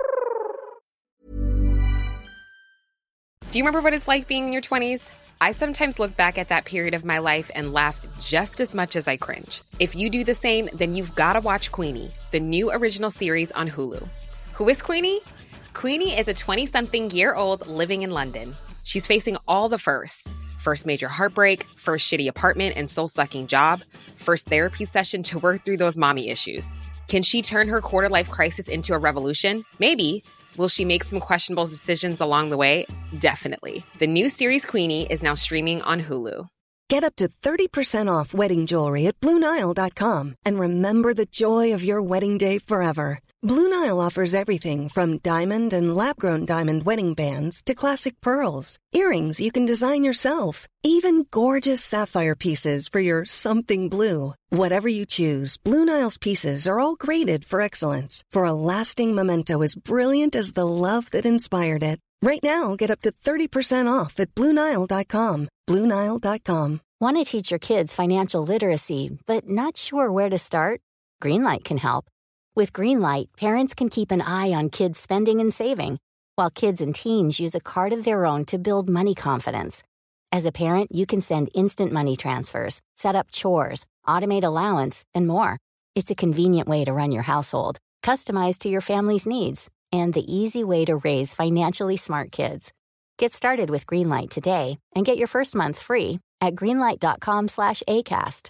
Do you remember what it's like being in your twenties? I sometimes look back at that period of my life and laugh just as much as I cringe. If you do the same, then you've got to watch Queenie, the new original series on Hulu. Who is Queenie? Queenie is a twenty-something-year-old living in London. She's facing all the firsts. First major heartbreak, first shitty apartment and soul-sucking job, first therapy session to work through those mommy issues. Can she turn her quarter-life crisis into a revolution? Maybe. Will she make some questionable decisions along the way? Definitely. The new series Queenie is now streaming on Hulu. Get up to thirty percent off wedding jewelry at Blue Nile dot com and remember the joy of your wedding day forever. Blue Nile offers everything from diamond and lab-grown diamond wedding bands to classic pearls, earrings you can design yourself, even gorgeous sapphire pieces for your something blue. Whatever you choose, Blue Nile's pieces are all graded for excellence, for a lasting memento as brilliant as the love that inspired it. Right now, get up to thirty percent off at Blue Nile dot com. Blue Nile dot com. Want to teach your kids financial literacy, but not sure where to start? Greenlight can help. With Greenlight, parents can keep an eye on kids' spending and saving, while kids and teens use a card of their own to build money confidence. As a parent, you can send instant money transfers, set up chores, automate allowance, and more. It's a convenient way to run your household, customized to your family's needs, and the easy way to raise financially smart kids. Get started with Greenlight today and get your first month free at greenlight dot com slash acast.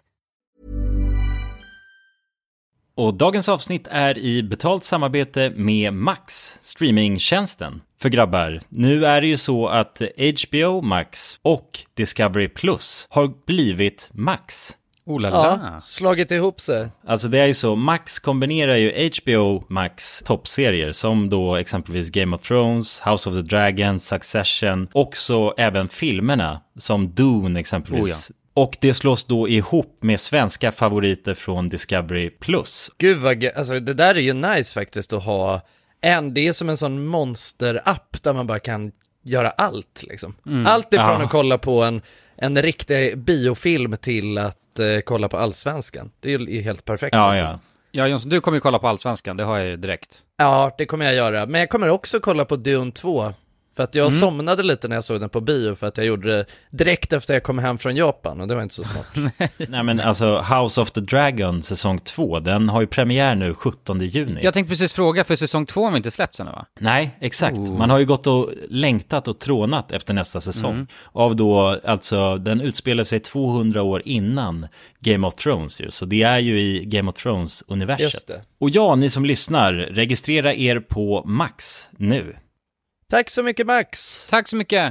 Och dagens avsnitt är i betalt samarbete med Max, streamingtjänsten. För grabbar, nu är det ju så att H B O Max och Discovery Plus har blivit Max. Oh la Ja, la. slagit ihop sig. Alltså det är ju så, Max kombinerar ju H B O Max toppserier som då exempelvis Game of Thrones, House of the Dragon, Succession, också även filmerna som Dune exempelvis. Oh ja. Och det slås då ihop med svenska favoriter från Discovery Plus. Gud vad ge- alltså det där är ju nice faktiskt att ha en, det är som en sån monster-app där man bara kan göra allt liksom. Mm. Allt ifrån Ja. att kolla på en, en riktig biofilm till att eh, kolla på Allsvenskan. Det är ju helt perfekt. Ja, faktiskt. ja. Ja Jonsson, du kommer ju kolla på Allsvenskan, det har jag ju direkt. Ja, det kommer jag göra. Men jag kommer också kolla på Dune två. För att jag Mm. somnade lite när jag såg den på bio för att jag gjorde det direkt efter jag kom hem från Japan och det var inte så smart. Nej men alltså House of the Dragon säsong två, den har ju premiär nu sjuttonde juni. Jag tänkte precis fråga, för säsong två har vi inte släppts ännu va? Nej, exakt. Oh. Man har ju gått och längtat och trånat efter nästa säsong. Mm. Av då, alltså, den utspelar sig tvåhundra år innan Game of Thrones ju. Så det är ju i Game of Thrones-universet. Just det. Och ja, ni som lyssnar, registrera er på Max nu. Tack så mycket Max! Tack så mycket!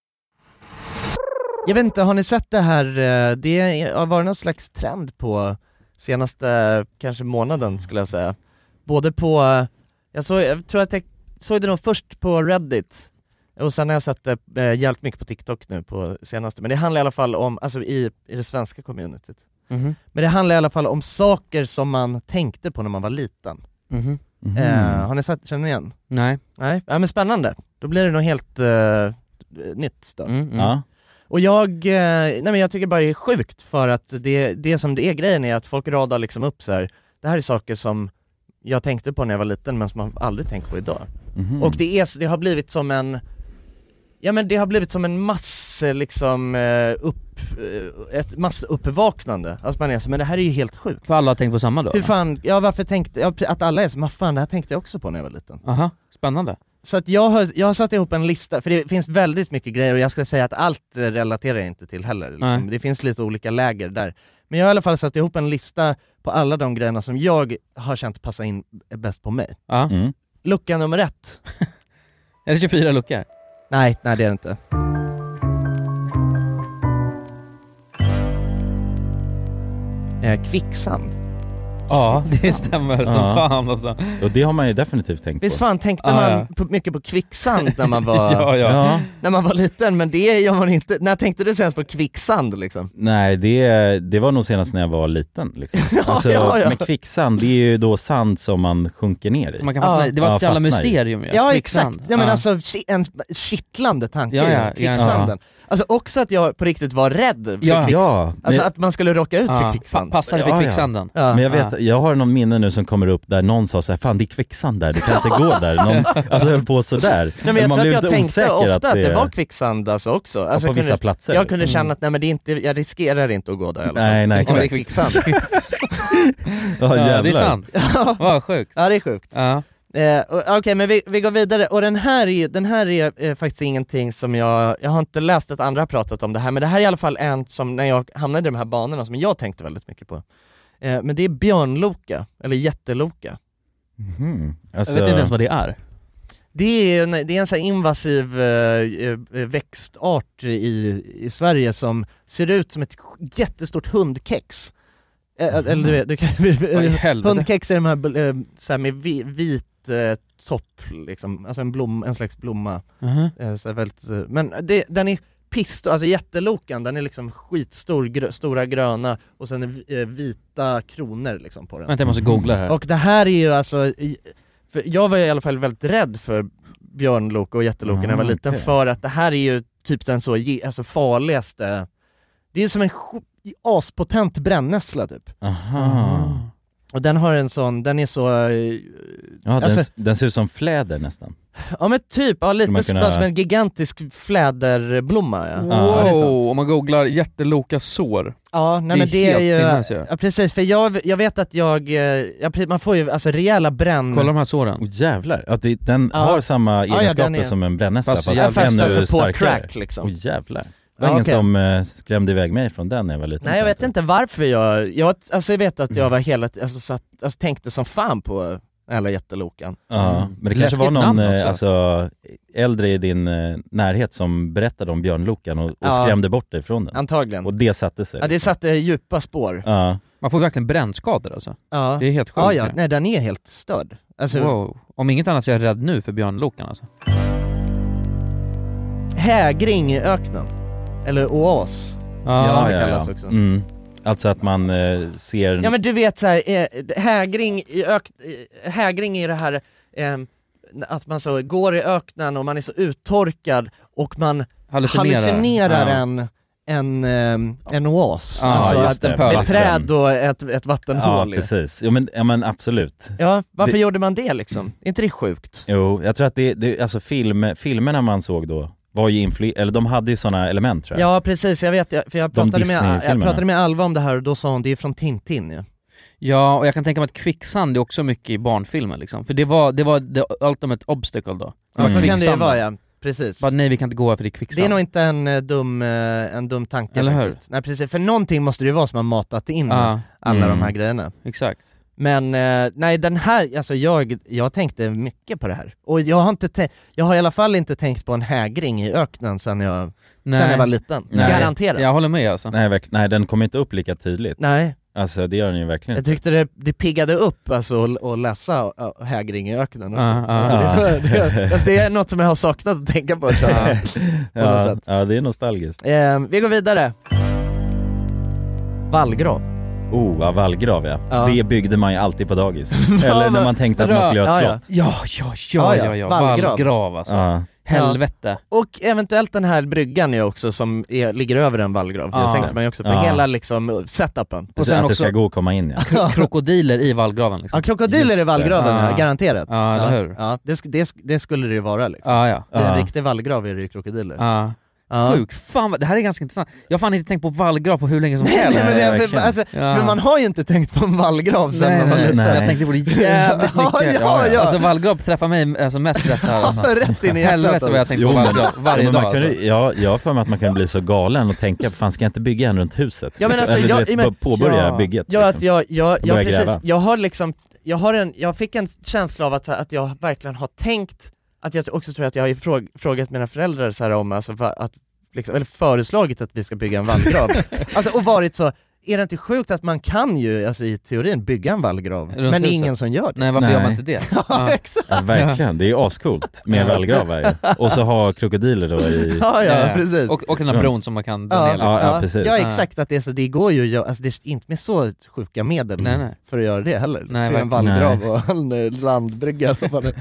Jag vet inte, har ni sett det här? eh, Det har varit någon slags trend på senaste kanske månaden skulle jag säga. Både på, eh, jag, såg, jag tror att jag såg det nog först på Reddit och sen har jag sett det eh, jävligt mycket på TikTok nu på senaste. Men det handlar i alla fall om, alltså i, i det svenska communityt. Mhm. Men det handlar i alla fall om saker som man tänkte på när man var liten. Mhm. Mhm. Eh, har ni sett, känner ni igen? Nej. Nej, ja, men spännande. Då blir det nog helt eh, nytt då. Mm, mm. Ja. Och jag, eh, nej men jag tycker bara det är sjukt för att det, det som det är grejen är att folk radar liksom upp så här. Det här är saker som jag tänkte på när jag var liten men som man aldrig tänkt på idag. Mhm. Och det, är, det har blivit som en, ja men det har blivit som en mass liksom eh, upp, eh, ett massuppvaknande. Alltså man är så, men det här är ju helt sjukt. För alla har tänkt på samma då? Hur fan, ja varför tänkte, ja, att alla är så, men fan det här tänkte jag också på när jag var liten. Aha, spännande. Så att jag har, jag har satt ihop en lista, för det finns väldigt mycket grejer och jag ska säga att allt relaterar jag inte till heller liksom. Nej. Det finns lite olika läger där. Men jag har i alla fall satt ihop en lista på alla de grejerna som jag har känt passa in bäst på mig. Ja. Mm. Lucka nummer ett. Är det tjugofyra luckor? Nej, nej det är det inte. Eh, kvicksand. Ja, det stämmer som Ja. fan alltså. Och det har man ju definitivt tänkt Visst på. fan tänkte Ah, man ja. på, mycket på kvicksand när man var, Ja, ja. Ja. när man var liten, men det gör man inte. När tänkte du senast på kvicksand liksom? Nej, det, det var nog senast när jag var liten liksom. Alltså, ja, ja. men kvicksand, det är ju då sand som man sjunker ner i. Så man kan fastna Ja. i. Det var Ja, ett jävla fastna i. mysterium ju. Ja Kvicksand. exakt, ja, men Ja. alltså ki- en kittlande tanke, Ja, ja, ja, kvicksanden. Alltså också att jag på riktigt var rädd för Ja. kvicksand. Ja, Alltså men, att man skulle råka ut för Ja, kvicksand. pa- passade för Ja, ja. kvicksanden. Ja. men jag vet, jag har någon minne nu som kommer upp där någon sa såhär, fan det är kvicksand där, du kan inte gå där. Någon, alltså höll på sådär. Nej, men jag man tror blev att jag lite tänkte osäker ofta att det, det var kvicksand alltså också. Alltså ja, på jag vissa kunde, platser. jag kunde liksom. känna att nej men det är inte, jag riskerar inte att gå där i alla fall. Nej, nej, Om det är exakt. kvicksand. Ja, Ja, det är jävlar. sant. Vad sjukt. Ja det är sjukt. Ja. Eh, och- Okej men vi, vi går vidare, och den här är, den här är eh, faktiskt ingenting som jag, jag har inte läst att andra har pratat om det här, men det här är i alla fall en som när jag hamnade i de här banorna som jag tänkte väldigt mycket på. Eh, men det är björnloka, eller jätteloka. Mhm. Jag Alltså, vet inte ens vad det är. Det är en, det är en sån här invasiv eh, eh, växtart i, i Sverige som ser ut som ett jättestort hundkex. Eh, Mhm. Eller du vet, du kan, Vad i helvete? hundkex är de här eh, så här med vi, vit eh, topp liksom, alltså en blom, en slags blomma. Mhm. Eh, så här väldigt, eh, men det, den är pist, alltså jättelokan, den är liksom skitstor, grö, stora gröna och sen är vi- eh, vita kronor liksom på den. Vänta jag måste googla här. Och det här är ju alltså, i- för jag var i alla fall väldigt rädd för björnloka och jätteloka när jag var Ah, liten, okej. för att det här är ju typ den så ge- alltså farligaste, det är som en sj- aspotent brännässla typ. Aha. Och den har en sån, den är så, eh, Ja, den, alltså, den ser ut som fläder nästan. ja men typ, ja, Skulle lite man som, kunna- som en gigantisk fläderblomma ja. Ja, det är sant. Wow, om man googlar jätteloka sår. Ja, nej Det men är det är helt ju, sinnes, ja. ja precis, för jag, jag vet att jag, eh, ja, precis, man får ju alltså rejäla bränn. Kolla de här såren. Oh, jävlar, att det, den Ja. har samma ja, egenskaper den är- som en brännässla Fast fast, Ja, fast ännu alltså på starkare. crack liksom. Oh, jävlar. Det var Ja, ingen okej. som eh, skrämde iväg mig från den när jag var liten. Nej jag vet känns det. inte varför jag, jag, alltså jag vet att jag var hela, alltså, satt, alltså tänkte som fan på alla jättelokan. Ja, Mm. men det kanske var Läskigt någon namn eh, också. alltså, äldre i din eh, närhet som berättade om björnlokan och, och Ja. skrämde bort dig från den. Antagligen. Och det satte sig. Ja det satte djupa spår. Ja. Man får verkligen brännskador alltså. Ja, Det är helt sjukt. ja, ja. Nej den är helt störd. Alltså, Wow. Om inget annat så är jag rädd nu för björnlokan alltså. hägring i öknen. Eller oas. Ja, det kallas också. Mm. Alltså att man eh, ser... Ja men du vet så här, eh, hägring i ök, eh, hägring är det här eh, att man så går i öknen och man är så uttorkad och man hallucinerar, hallucinerar Ja. en, en, eh, en oas, Ja, alltså just att, det. med Vatten. träd och ett, ett vattenhål. Ja, ju. precis. Jo men, ja, men absolut. Ja, varför Det- gjorde man det liksom? Är inte det sjukt? Jo, jag tror att det, det alltså film, filmerna man såg då var ju influ- eller de hade ju såna element tror jag. Ja precis, jag vet, jag- för jag De pratade, med, jag Disney-filmerna. pratade med Alva om det här och då sa hon det är från Tintin ju. Ja, och jag kan tänka mig att kvicksand är också mycket i barnfilmer liksom. För det var, det var the ultimate obstacle då. Det Ja, var så kan det ju kvicksand. vara, ja. Precis. Bara, nej vi kan inte gå här för det är kvicksand. Det är nog inte en eh, dum, eh, en dum tanke Eller hur? faktiskt. Nej precis, för någonting måste det ju vara som har matat in Ja. alla Mm. de här grejerna. Exakt. Men eh, nej den här, alltså jag, jag tänkte mycket på det här. Och jag har inte tän- jag har i alla fall inte tänkt på en hägring i öknen sen jag, Nej. sen jag var liten. Nej. Garanterat. Jag håller med alltså. Nej, verk- nej, den kommer inte upp lika tydligt. Nej, Alltså det gör den ju verkligen jag inte. tyckte det, det piggade upp alltså att att läsa uh, hägring i öknen också. Ja, ja, alltså, ja. det, det, alltså, det är något som jag har saknat att tänka på. Så, Ja, på något ja, sätt. ja, det är nostalgiskt. Eh, vi går vidare. Vallgrav. Oh, ja, vallgrav ja. Ja. Det byggde man ju alltid på dagis. Eller när man tänkte att man skulle göra ett Ja, ja. slott. Ja, ja, ja, Ja, ja, ja. ja. Vallgrav. Vallgrav alltså. Ja. Helvete. Och eventuellt den här bryggan är också som är, ligger över en vallgrav. Ja. Jag tänkte man ju också på Ja. hela liksom setupen. Och sen att det också ska gå att komma in ja. kro- krokodiler i vallgraven liksom. Ja, krokodiler Just i vallgraven, det. ja, Ja. garanterat. Ja, eller hur? Ja, det, sk- det, sk- det skulle det ju vara liksom. Ja, ja. Det är en Ja. riktig vallgrav är det ju krokodiler. Ja. Ja. Sjukt. Fan vad, det här är ganska intressant. Jag har fan inte tänkt på vallgrav på hur länge som Nej, helst. nej, men det, Nej, är, för, verkligen. alltså, Ja. för man har ju inte tänkt på en vallgrav sen Nej, man var nej, liten. nej. Jag tänkte på det jävligt Ja, mycket. ja, ja. Alltså vallgrav träffar mig alltså, mest rätt här alltså. Rätt in i hjärtat. Helvete vad jag tänkte Jo, på men- vallgrav varje Ja, men dag man kunde, alltså. ja, jag har för mig att man kan bli så galen och tänka, fan ska jag inte bygga en runt huset? Ja, men alltså, Eller, jag- du vet, men- påbörja ja. bygget Ja, att liksom. jag, jag, jag, börja precis, gräva. jag har liksom, jag har en, jag fick en känsla av att, att jag verkligen har tänkt, att jag också tror att jag har fråg, frågat mina föräldrar så här om, alltså, va- att, liksom, eller föreslagit att vi ska bygga en vallgrav. Alltså, och varit så, är det inte sjukt att man kan ju, alltså i teorin, bygga en vallgrav, Runt men det är huset. ingen som gör det. Nej varför Nej. gör man inte det? Ja, exakt. Ja, verkligen, det är ju ascoolt med vallgravar ju. Och så ha krokodiler då i... Ja, ja, precis. Och, och den här bron som man kan dra Ja, ner liksom. Ja, ja, precis. Ja, exakt, att det, är så, det går ju, jag- alltså det är inte med så sjuka medel Nej, nej. för att göra det heller. Nej, det är en verkligen. vallgrav och en eh, landbrygga.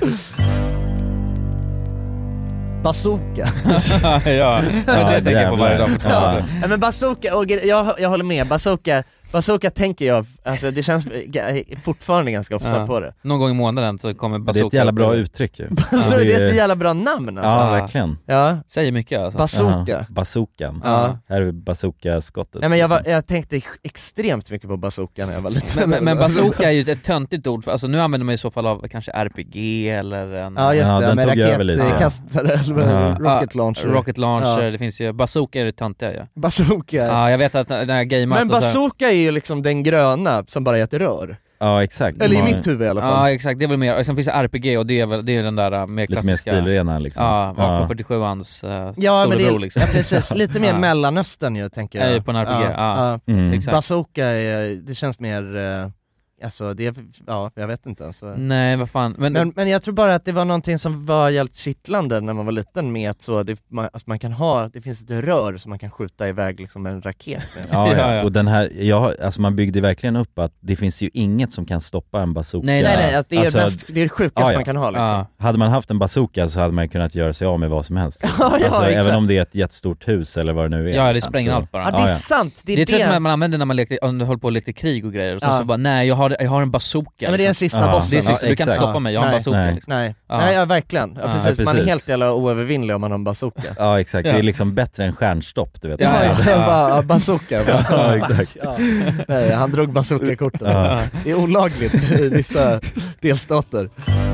Bazooka. ja, ja, det tänker jag på varje dag. Ja. Ja, men bazooka, och gre- jag, jag håller med, bazooka, bazooka tänker jag, alltså det känns g- fortfarande ganska ofta Ja. på det. Någon gång i månaden så kommer Det bazooka. är ett jävla bra upp. uttryck ju. Så Ja, det är ett jävla bra namn alltså. Ja, verkligen. Ja, Säger mycket alltså. bazooka. Ja, bazookan. Ja. Här är bazooka-skottet. Nej men jag, var, liksom. jag tänkte extremt mycket på bazooka när jag var liten. Men, men, men bazooka är ju ett töntigt ord, för, alltså nu använder man i så fall av kanske R P G eller en Ja just Ja, det, den med tog jag över lite. raketkastare eller Ja. rocket launcher. Rocket launcher, Ja. det finns ju, bazooka är det töntiga ja. Bazooka. Ja jag vet att den här gameat Men och så, bazooka är ju liksom den gröna som bara är ett rör. Ja, exakt. Eller i Som har mitt huvud i alla fall. ja exakt, det är väl mer, och sen finns det R P G och det är väl, det är den där uh, mer lite mer klassiska stilrena liksom. Ja, A K Ja. fyrtiosjuans uh, Ja men det storebror är, liksom. ja, precis, lite mer Ja. Mellanöstern ju tänker jag. Ja, på en R P G, ja. Mm. Exakt. Bazooka är, det känns mer, eh, alltså det är, ja jag vet inte alltså. Nej vad fan, men, Men, men jag tror bara att det var någonting som var helt kittlande när man var liten med att så, det, man, alltså man kan ha, det finns ett rör som man kan skjuta iväg liksom en raket med. Ja, ja. Ja, ja. och den här, jag, alltså man byggde verkligen upp att det finns ju inget som kan stoppa en bazooka. Nej, Nej nej, att det är, Alltså, mest, det är det sjukaste ja, ja. man kan ha liksom. ja. Hade man haft en bazooka så hade man kunnat göra sig av med vad som helst liksom. Ja, ja, alltså, exakt. även om det är ett jättestort hus eller vad det nu är. Ja det spränger Så- allt bara. Ja det Ja, är ja. sant, det är Det det. tror jag man använder när man lekte, om du höll på och lekte krig och grejer och så, Ja. så bara nej jag har, jag har en bazooka Ja, men det är den liksom. sista Ja. bossen. Det är sista, Ja, du kan inte exakt. stoppa mig, jag har en Nej. bazooka Nej. liksom. Nej, Ja. nej ja, verkligen. Ja, Ja, precis. Man är precis. helt jävla oövervinnlig om man har en bazooka. Ja exakt, Ja. det är liksom bättre än stjärnstopp du vet. Ja, Ja, ja, ja. bara ja, bazooka. Bara. Ja, exakt. Ja. Nej, han drog bazooka-kortet. Ja. Det är olagligt i vissa delstater.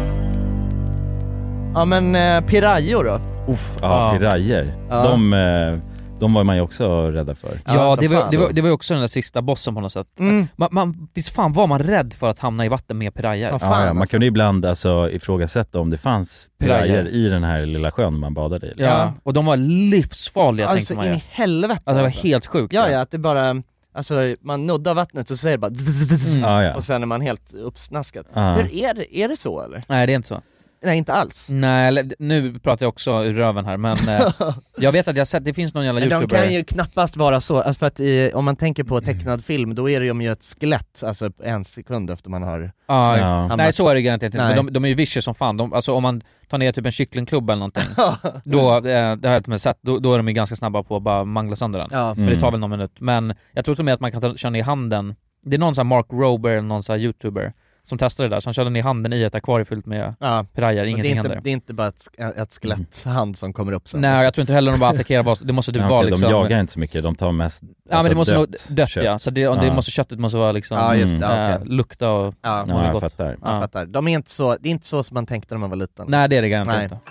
Ja men eh, Pirayo då? Uff, ja, Ja. pirajer. Ja. De, eh, de var man ju också rädda för. Ja, Ja, det, som var, fan. det, var, det var ju också den där sista bossen på något sätt. Mm. Man, man, visst fan var man rädd för att hamna i vatten med pirajer? Som Ja, fan, ja, man alltså. kunde ibland alltså ifrågasätta om det fanns pirajer Pirajer. i den här lilla sjön man badade i. Ja, Ja. och de var livsfarliga Alltså tänkte man in ju. i helvete. Alltså det var helt sjukt. Ja ja, att det bara, alltså man nuddar vattnet så säger det bara zzz, Ja, ja. och sen är man helt uppsnaskad. Ja. Hur är det, är det så eller? Nej det är inte så. Nej, inte alls. Nej, eller, nu pratar jag också ur röven här, men eh, jag vet att jag har sett, det finns någon jävla Men youtuber. de kan ju knappast vara så, alltså för att i, om man tänker på tecknad film, då är det ju ett skelett, alltså en sekund efter man har... Ah, Ja. Nej, så är det garanterat inte, Nej. men de, de är ju vicious som fan. De, alltså om man tar ner typ en kycklingklubba eller någonting, då, eh, det har jag med sett, då, då är de ju ganska snabba på att bara mangla sönder den. Ja. För det tar väl någon minut. Men jag tror till och med att man kan ta, köra ner handen. Det är någon sån här Mark Rober eller någon sån här youtuber som testade det där, som körde ner handen i ett akvarium fyllt med Ja. pirajer, Det är, ingenting inte, händer. det är inte bara ett, sk- ett skeletthand som kommer upp sen. Nej, jag tror inte heller de bara attackerar, vad- det måste typ Ja, vara okej, liksom... de jagar inte så mycket, de tar mest Ja, alltså men det måste nog dött dött, kött. ja, så det, det Ja. måste, köttet måste vara liksom... Ja, just det, äh, ja, okej. lukta och... Ja, Ja, jag gott. fattar. Jag Ja. fattar. De är inte så, det är inte så som man tänkte när man var liten. Nej, det är det garanterat Nej. inte.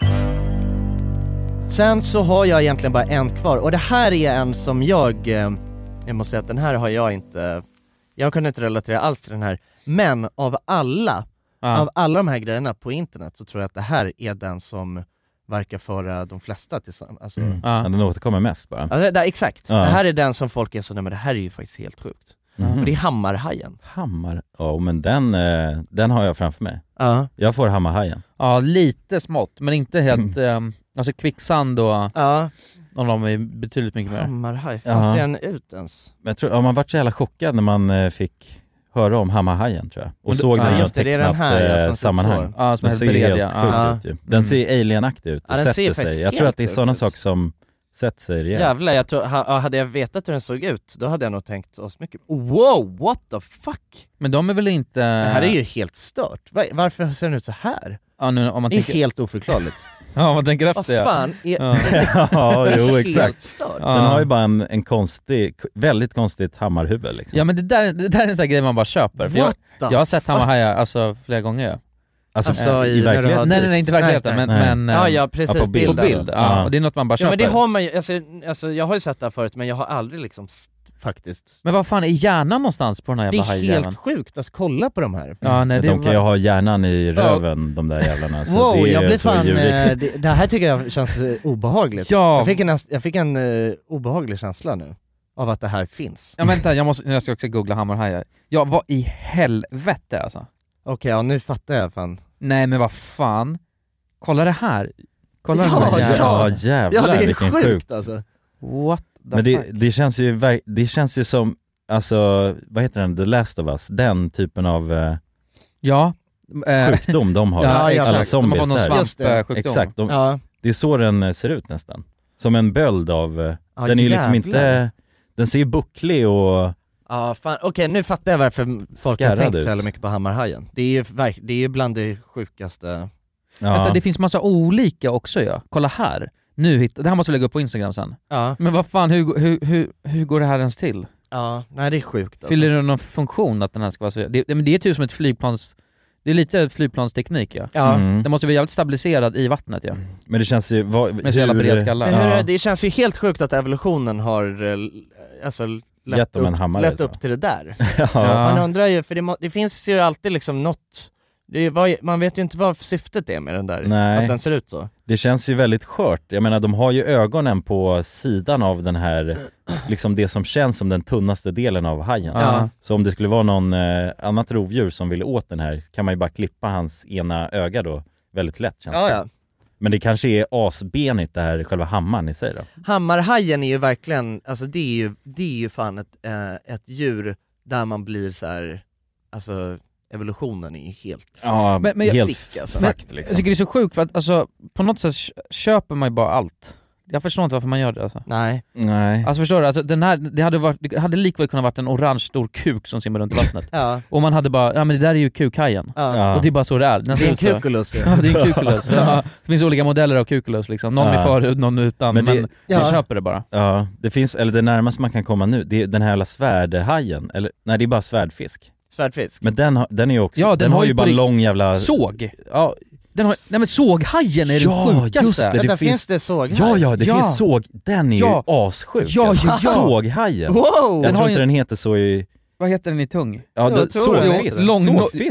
Sen så har jag egentligen bara en kvar, och det här är en som jag, eh, jag måste säga att den här har jag inte, jag kunde inte relatera alls till den här, men av alla, Ja. av alla de här grejerna på internet så tror jag att det här är den som verkar föra de flesta tillsammans. Alltså, Mm. Ja. Ja, den återkommer mest bara. ja, det, det, exakt, Ja. det här är den som folk är så, nej men det här är ju faktiskt helt sjukt. Mhm. Och det är hammarhajen. Hammar, ja men den, eh, den har jag framför mig. Ja. Jag får hammarhajen. Ja, lite smått, men inte helt... Um, alltså kvicksand och... Ja, Och de är betydligt mycket mer. hammarhaj, Ja. fan ser den ut ens? Men jag tror, ja, man vart så jävla chockad när man eh, fick höra om hammarhajen tror jag. Och Men du- såg ja, den i just det, något det är den tecknat här, ja, eh, som ser ut sammanhang. så. Ja, som Den är ser helt helt bred, sjukt ja. ut ju. Den ser alienaktig ut och Ja, den ser sätter faktiskt sig. Jag tror att det är helt sådana sjukt saker som sätter sig rejält. Jävlar, jag tror, ha, hade jag vetat hur den såg ut, då hade jag nog tänkt oss mycket. Wow, what the fuck? Men de är väl inte... Det här är ju helt stört. Va- Varför ser den ut så här? Ja, nu, om man Det är tänker... helt oförklarligt. Ja, om man tänker Vad efter, ja. fan är... Ja. Ja, jo Helt exakt. stört. Ja. Den har ju bara en, en konstig, väldigt konstigt hammarhuvud liksom. Ja, men det där, det där är en sån här grej man bara köper. För jag, What the jag har sett fuck? hammarhajar alltså, flera gånger. Ja. Alltså, Alltså, i, i- i när du verkligheten? har- Nej, nej, nej, inte i verkligheten, Nej, men... nej. men Ja, eh, ja, precis. Ja, på bild. på bilden. bild, ja. Ja. Och det är något man bara Ja, köper. men det har man ju, alltså, alltså jag har ju sett det här förut, men jag har aldrig liksom, st- faktiskt. Men vad fan är hjärnan någonstans på den här Det jävla är hajjäveln? helt sjukt, alltså kolla på de här. Ja, nej, det de kan ju var... ha hjärnan i röven, de där jävlarna. Så Wow, det är jag blir så fan, djurigt. eh, det, det här tycker jag känns eh, obehagligt. Ja. Jag fick en, jag fick en eh, obehaglig känsla nu, av att det här finns. Ja, vänta, jag, måste, jag ska också googla hammarhajar. Ja, vad i helvete alltså? Okej, ja nu fattar jag fan. Nej, men vad fan? Kolla det här. Kolla Ja, den här ja. jäveln. Ja jävlar, Ja, det är vilken sjukt sjuk. alltså. What the Men det, fuck? det känns ju, ver- det känns ju som, alltså, vad heter den, The Last of Us, den typen av eh, Ja. Eh, sjukdom de har. ja, Ja, exakt. Alla De har zombies fått någon där. Just det. svampsjukdom. Exakt, de, Ja. det är så den eh, ser ut nästan. Som en böld av, eh, Ja, den är ju liksom jävlar. inte, den ser ju bucklig och Ja, fan, okej nu fattar jag varför folk har Skarrad tänkt ut. så jävla mycket på hammarhajen. Det är ju, verk- det är ju bland det sjukaste. ja. Vänta, det finns massa olika också, ja. Kolla här. Nu hitt- det här måste vi lägga upp på Instagram sen. Ja, Men vad fan, hur, hur, hur, hur går det här ens till? ja, nej det är sjukt alltså. Fyller det någon funktion att den här ska vara så... Det, men det är typ som ett flygplans... Det är lite flygplansteknik, ja. Ja. Mm. Den måste vara jävligt stabiliserad i vattnet, ja. Men det känns ju, vad, Med så jävla bred skalle. Men hur är, ja. det det känns ju helt sjukt att evolutionen har eh, alltså, Gett lett, dem en upp, hammare, lett så. upp till det där. ja. Ja. Man undrar ju, för det, må, det finns ju alltid liksom något, det är, vad, man vet ju inte vad syftet är med den där, Nej. att den ser ut så. Det känns ju väldigt skört. Jag menar, de har ju ögonen på sidan av den här, liksom det som känns som den tunnaste delen av hajen. Ja. Så om det skulle vara någon eh, annat rovdjur som vill åt den här, kan man ju bara klippa hans ena öga då, väldigt lätt känns Ja, det. ja. Men det kanske är asbenigt det här, själva hammaren i sig då. Hammarhajen är ju verkligen, alltså det är ju, det är ju fan ett, eh, ett djur där man blir så här, alltså evolutionen är ju helt Ja, Men- men jag- helt sick, alltså. fakt Jag liksom. tycker det är så sjukt för att alltså, på något sätt kö- köper man ju bara allt. Jag förstår inte varför man gör det alltså. Nej. Nej. Alltså förstår du, alltså, den här, det hade, varit, det hade likväl kunnat varit en orange stor kuk som simmar runt i vattnet. Ja. Och man hade bara, ja men det där är ju kukhajen. Ja. Ja. Och det är bara så det är. Den Det ser är en ut så. kukulus ju. Ja, det är en kukulus. Ja, det finns olika modeller av kukulus liksom. Någon Ja. med förhud, någon utan. Men Men, det- man ja. köper det bara. Ja, det finns, eller det närmaste man kan komma nu, det är den här jävla svärdhajen, eller nej det är bara svärdfisk. Svärdfisk. Men den, har- den är ju också, Ja, den, den har har ju ju bara på det- lång jävla... Såg! Ja, Den har, nej men såghajen är Ja, det sjukaste. just det. Vänta, finns- finns det såg här? ja, ja, det Ja. finns såg, den är Ja. ju assjuk. Ja, alltså. ja, ja. Såghajen. Wow! Jag Den tror har inte ju- den heter så i... Vad heter den i tung? Ja, Jag det, tror det. sågfisk. Lång- sågfisk.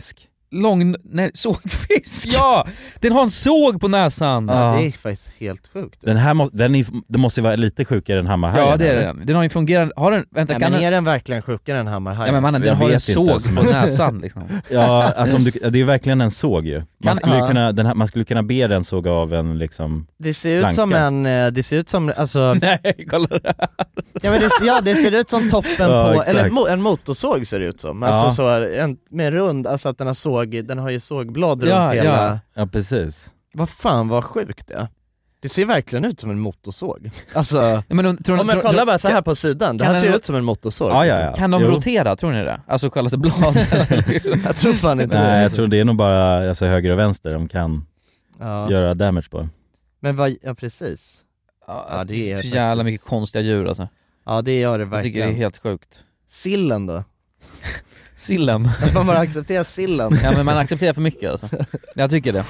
lång, nej, sågfisk. Ja, den har en såg på näsan. Ja, det är faktiskt helt sjukt. Den här måste, den är, det måste vara lite sjukare än hammarhajen. Ja, det är den. Den har ju fungerande, har den, vänta, Nej, kan men den... är den verkligen sjukare än hammarhajen? Ja men mannen, den Jag har en vet såg inte, på näsan liksom. Ja, alltså om du, det är verkligen en såg ju. Man Kan- skulle, ju ja. kunna, den här, man skulle kunna be den såga av en liksom Det ser ut planka. som en, eh, det ser ut som, alltså... Nej, kolla det här. Ja, men det, ja, det ser ut som toppen Ja, på, exakt. eller mo, en motorsåg ser det ut som. Alltså Ja. så här, en, med rund, alltså att den har såg, den har ju sågblad runt Ja, hela... ja. Ja, precis. Vad fan vad sjukt det är. Det ser verkligen ut som en motorsåg. Alltså, Ja, men de, tror, om jag tror, kollar tror, bara så här på sidan, det kan här den- ser ut som en motorsåg. Ja, ja, liksom. ja. Kan de Jo. rotera, tror ni det? Alltså själva sig blad? Jag tror fan inte Nej, det. jag tror det är nog bara alltså, höger och vänster de kan Ja. göra damage på. Men vad, ja precis. Ja, Ja, det är så jävla faktiskt- mycket konstiga djur alltså. Ja det gör det Jag tycker verkligen. det är helt sjukt. Sillen då? Sillen. Att man bara accepterar sillen. Ja men man accepterar för mycket alltså. Jag tycker det.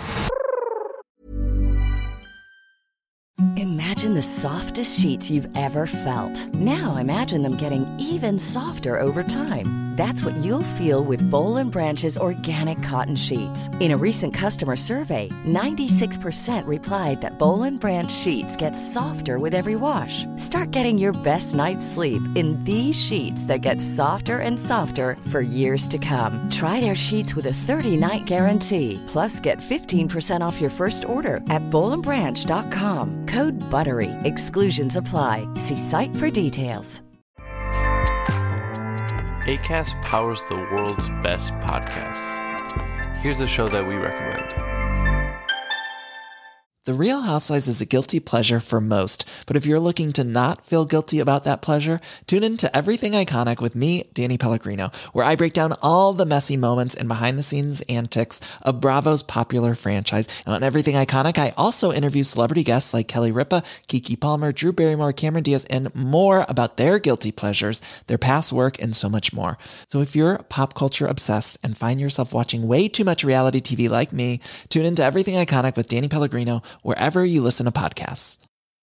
Imagine the softest sheets you've ever felt. Now imagine them getting even softer over time. That's what you'll feel with Bowl and Branch's organic cotton sheets. In a recent customer survey, ninety-six percent replied that Bowl and Branch sheets get softer with every wash. Start getting your best night's sleep in these sheets that get softer and softer for years to come. Try their sheets with a thirty-night guarantee. Plus, get fifteen percent off your first order at bowl and branch dot com. Code BUTTERY. Exclusions apply. See site for details. Acast powers the world's best podcasts. Here's a show that we recommend. The Real Housewives is a guilty pleasure for most, but if you're looking to not feel guilty about that pleasure, tune in to Everything Iconic with me, Danny Pellegrino, where I break down all the messy moments and behind-the-scenes antics of Bravo's popular franchise. And on Everything Iconic, I also interview celebrity guests like Kelly Ripa, Keke Palmer, Drew Barrymore, Cameron Diaz, and more about their guilty pleasures, their past work, and so much more. So if you're pop culture obsessed and find yourself watching way too much reality T V like me, tune into Everything Iconic with Danny Pellegrino, wherever you listen to podcasts.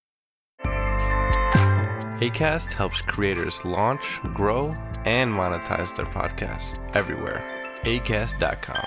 Acast helps creators launch, grow, and monetize their podcasts everywhere. acast dot com.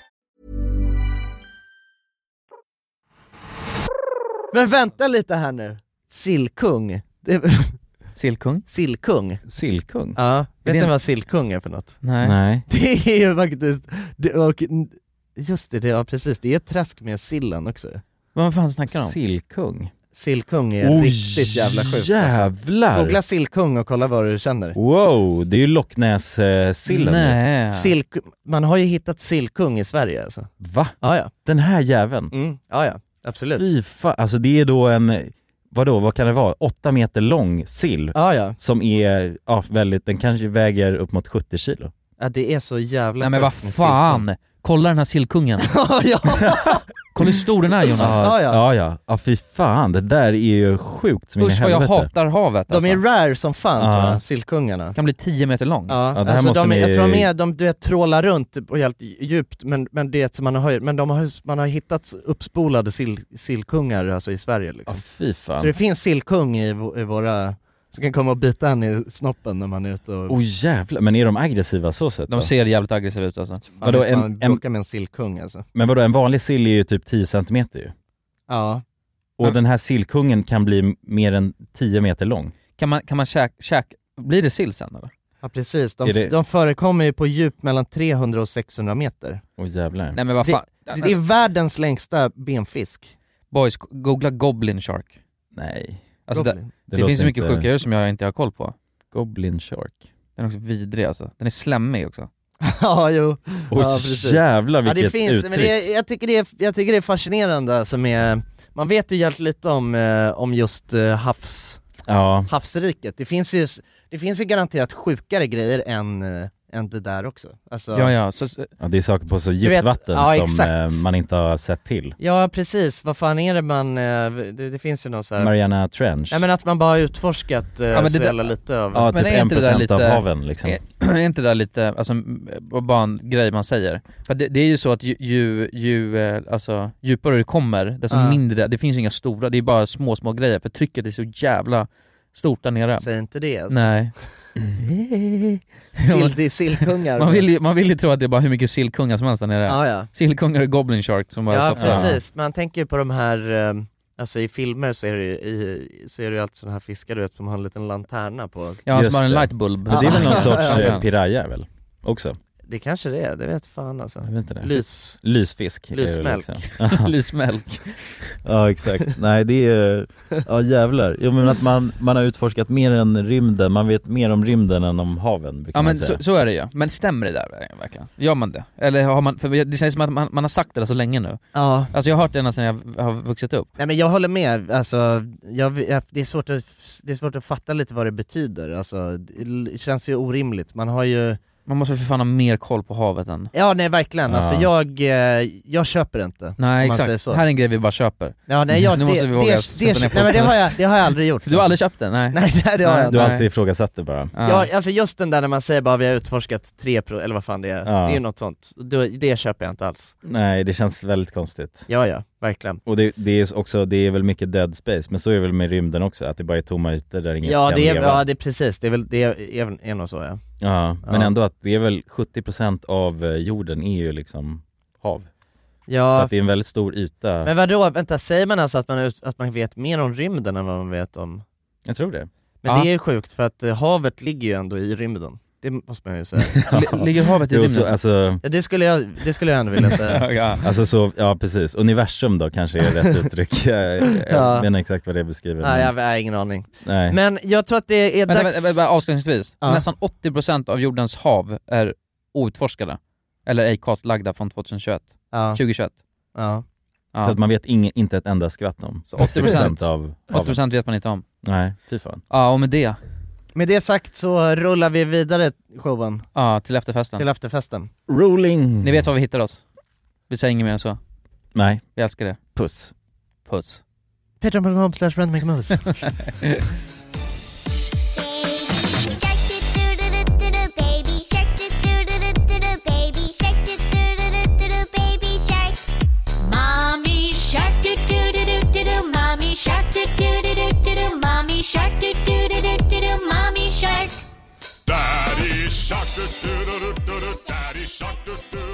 Men vänta lite här nu. Sillkung. Det... Sillkung? Sillkung. Sillkung? Ja, vet det ni en- vad sillkung är för något? Nej. Nej. Det är ju faktiskt, det, och, just det, det, ja precis, det är ett träsk med sillen också. Vad fan snackar de om? Sillkung? Sillkung är Oh, riktigt jävla sjukt. jävlar. Alltså. Googla sillkung och kolla vad du känner. Wow, det är ju Loch Ness-sillen. Nej. Silk, man har ju hittat sillkung i Sverige alltså. Va? Ja, ja. Den här jäveln? Mm, ja, ja, absolut. Fy fan, alltså det är då en, vadå, vad kan det vara? Åtta meter lång sill. Ja, ja. Som är, ja väldigt, den kanske väger upp mot sjuttio kilo. Ja, det är så jävla Nej men vad sjukt med fan, kolla den här sillkungen. ja. Kolla hur stor den är Jonas. Ja, ja. ja, ja. Ja, fy fan, det där är ju sjukt som in i Usch vad jag helvete. hatar havet De alltså. är rare som fan Ja. tror jag, sillkungarna. Kan bli tio meter lång. Ja, Ja, det här alltså måste de, är- ni- jag tror de är, de du vet, trålar runt och helt djupt, men, men det som man har, men de har, man har hittat uppspolade sill, sillkungar alltså i Sverige liksom. Ja, fy fan. Så det finns sillkung i, v- i våra, som kan komma och bita en i snoppen när man är ute och... Åh oh, jävlar, men är de aggressiva så sett De då? ser jävligt aggressiva ut alltså. Fan, vadå, vet en- man en- bråkar med en sillkung alltså. Men vadå, en vanlig sill är ju typ tio centimeter ju. Ja. Och Ja. den här sillkungen kan bli mer än tio meter lång. Kan man, kan man käka, käka, blir det sill sen eller? Ja precis, de, Är det- de förekommer ju på djup mellan trehundra och sexhundra meter. Åh jävlar. Nej men vad fan. Det, det är världens längsta benfisk. Boys, googla Goblin Shark. Nej. Alltså det, Goblin. det, låter finns så mycket inte- sjuka djur som jag inte har koll på. Goblin shark. Den är också vidrig alltså. Den är slemmig också. Ja, jo. Åh Ja, precis. jävlar Ja, vilket det finns, uttryck. men det är, jag, tycker det är, jag tycker det är fascinerande alltså med, man vet ju jävligt lite om, eh, om just eh, havs, Ja. havsriket. Det finns ju, det finns ju garanterat sjukare grejer än, eh, än det där också. Alltså, Ja ja, så, ja, det är saker på så djupt vet- vatten ja, som exakt. eh, man inte har sett till. ja precis, vad fan är det man, eh, det, det finns ju någon så här. Mariana Trench. Nej men att man bara har utforskat eh, Ja, men så det jävla där- lite av... Ja, men typ är en inte det där procent av lite- haven liksom. är, är inte det där lite, alltså bara en grej man säger? För det, det är ju så att ju, ju, ju eh, alltså, djupare det kommer, desto Ja. mindre, det finns ju inga stora, det är bara små små grejer, för trycket är så jävla stort där nere. Säg inte det alltså. Nej. Sill, det är sillkungar. Man vill, ju, man vill ju tro att det är bara hur mycket sillkungar som helst där nere. Ja, ja. Sillkungar och goblin shark som bara Ja, saftar. precis. Man tänker på de här, um, alltså i filmer så är det ju, i, så är det ju alltid sådana här fiskar du vet, som har en liten lanterna på. Ja, som har en lightbulb. Men det är väl någon sorts eh, piraya väl? Också. Det kanske det är, det vet fan alltså. Jag vet inte det. Lys. Lysfisk. Lysmälk. Lysmälk. Ja, exakt. Nej, det är... Ja, jävlar. Jo, men att man, man har utforskat mer än rymden. Man vet mer om rymden än om haven, brukar Ja, man men säga. så, så är det ju. Men stämmer det där verkligen? Gör man det? Eller har man... För det känns som att man, man har sagt det så länge nu. Ja. Alltså jag har hört det ända sedan jag har vuxit upp. Nej, men jag håller med, alltså, jag, jag, det, är svårt att, det är svårt att fatta lite vad det betyder. Alltså, det känns ju orimligt. Man har ju... Man måste för fan ha mer koll på havet än... Ja, nej verkligen, Ja. alltså jag, eh, jag köper inte. Nej, om man säger exakt. så. Här är en grej vi bara köper. Ja, nej, jag, nu det, måste vi det, våga det, sätta det, ner nej, men det, foten. har jag, det har jag aldrig gjort. Du har aldrig köpt det? Nej. Nej, det, det har Nej, jag Du har inte. alltid ifrågasatt det bara. Ja. Ja, alltså just den där när man säger bara vi har utforskat tre pro, eller vad fan det är, Ja. det är ju något sånt. Det, det köper jag inte alls. Nej, det känns väldigt konstigt. Ja, ja, verkligen. Och det, det är också, det är väl mycket dead space, men så är det väl med rymden också, att det bara är tomma ytor där inget Ja, kan det är, leva. ja, det är precis, det är väl, det är, är, är nog så, ja. Ja, men Ja. ändå att det är väl sjuttio procent av eh, jorden är ju liksom hav. Ja. Så att det är en väldigt stor yta. Men vadå, vänta, säger man alltså att man, ut- att man vet mer om rymden än vad man vet om... Jag tror det. Men Ja. det är ju sjukt för att eh, havet ligger ju ändå i rymden. Det måste man ju säga. Li- Ligger havet i Jo, rymden? så, alltså, Ja, det skulle jag, det skulle jag ändå vilja säga. ja. alltså så, ja precis. Universum då kanske är rätt uttryck. Jag, jag Ja. vet inte exakt vad det beskriver. Nej, men- jag har ingen aning. Nej. Men jag tror att det är Vänta, dags... vänta, vänta, avslutningsvis. Ja. Nästan åttio procent av jordens hav är outforskade. Eller ej kartlagda från tjugohundratjugoett. Ja. tjugohundratjugoett. Ja. Ja. Så att man vet ing, inte ett enda skvatt om. Så åttio procent av åttio havet. procent vet man inte om. Nej, fy fan. Ja, och med det. Med det sagt så rullar vi vidare showen Ja, till efterfesten. till efterfesten. Rolling! Ni vet var vi hittar oss. Vi säger inget mer än så. Nej, Vi älskar det. puss. Puss. patreon dot com slash rentmakemoves. Mommy shark do do do do do do. Mommy shark do do do do do do. Mommy shark do do do do do do. Mommy shark. Daddy shark do do do do do. Daddy shark do do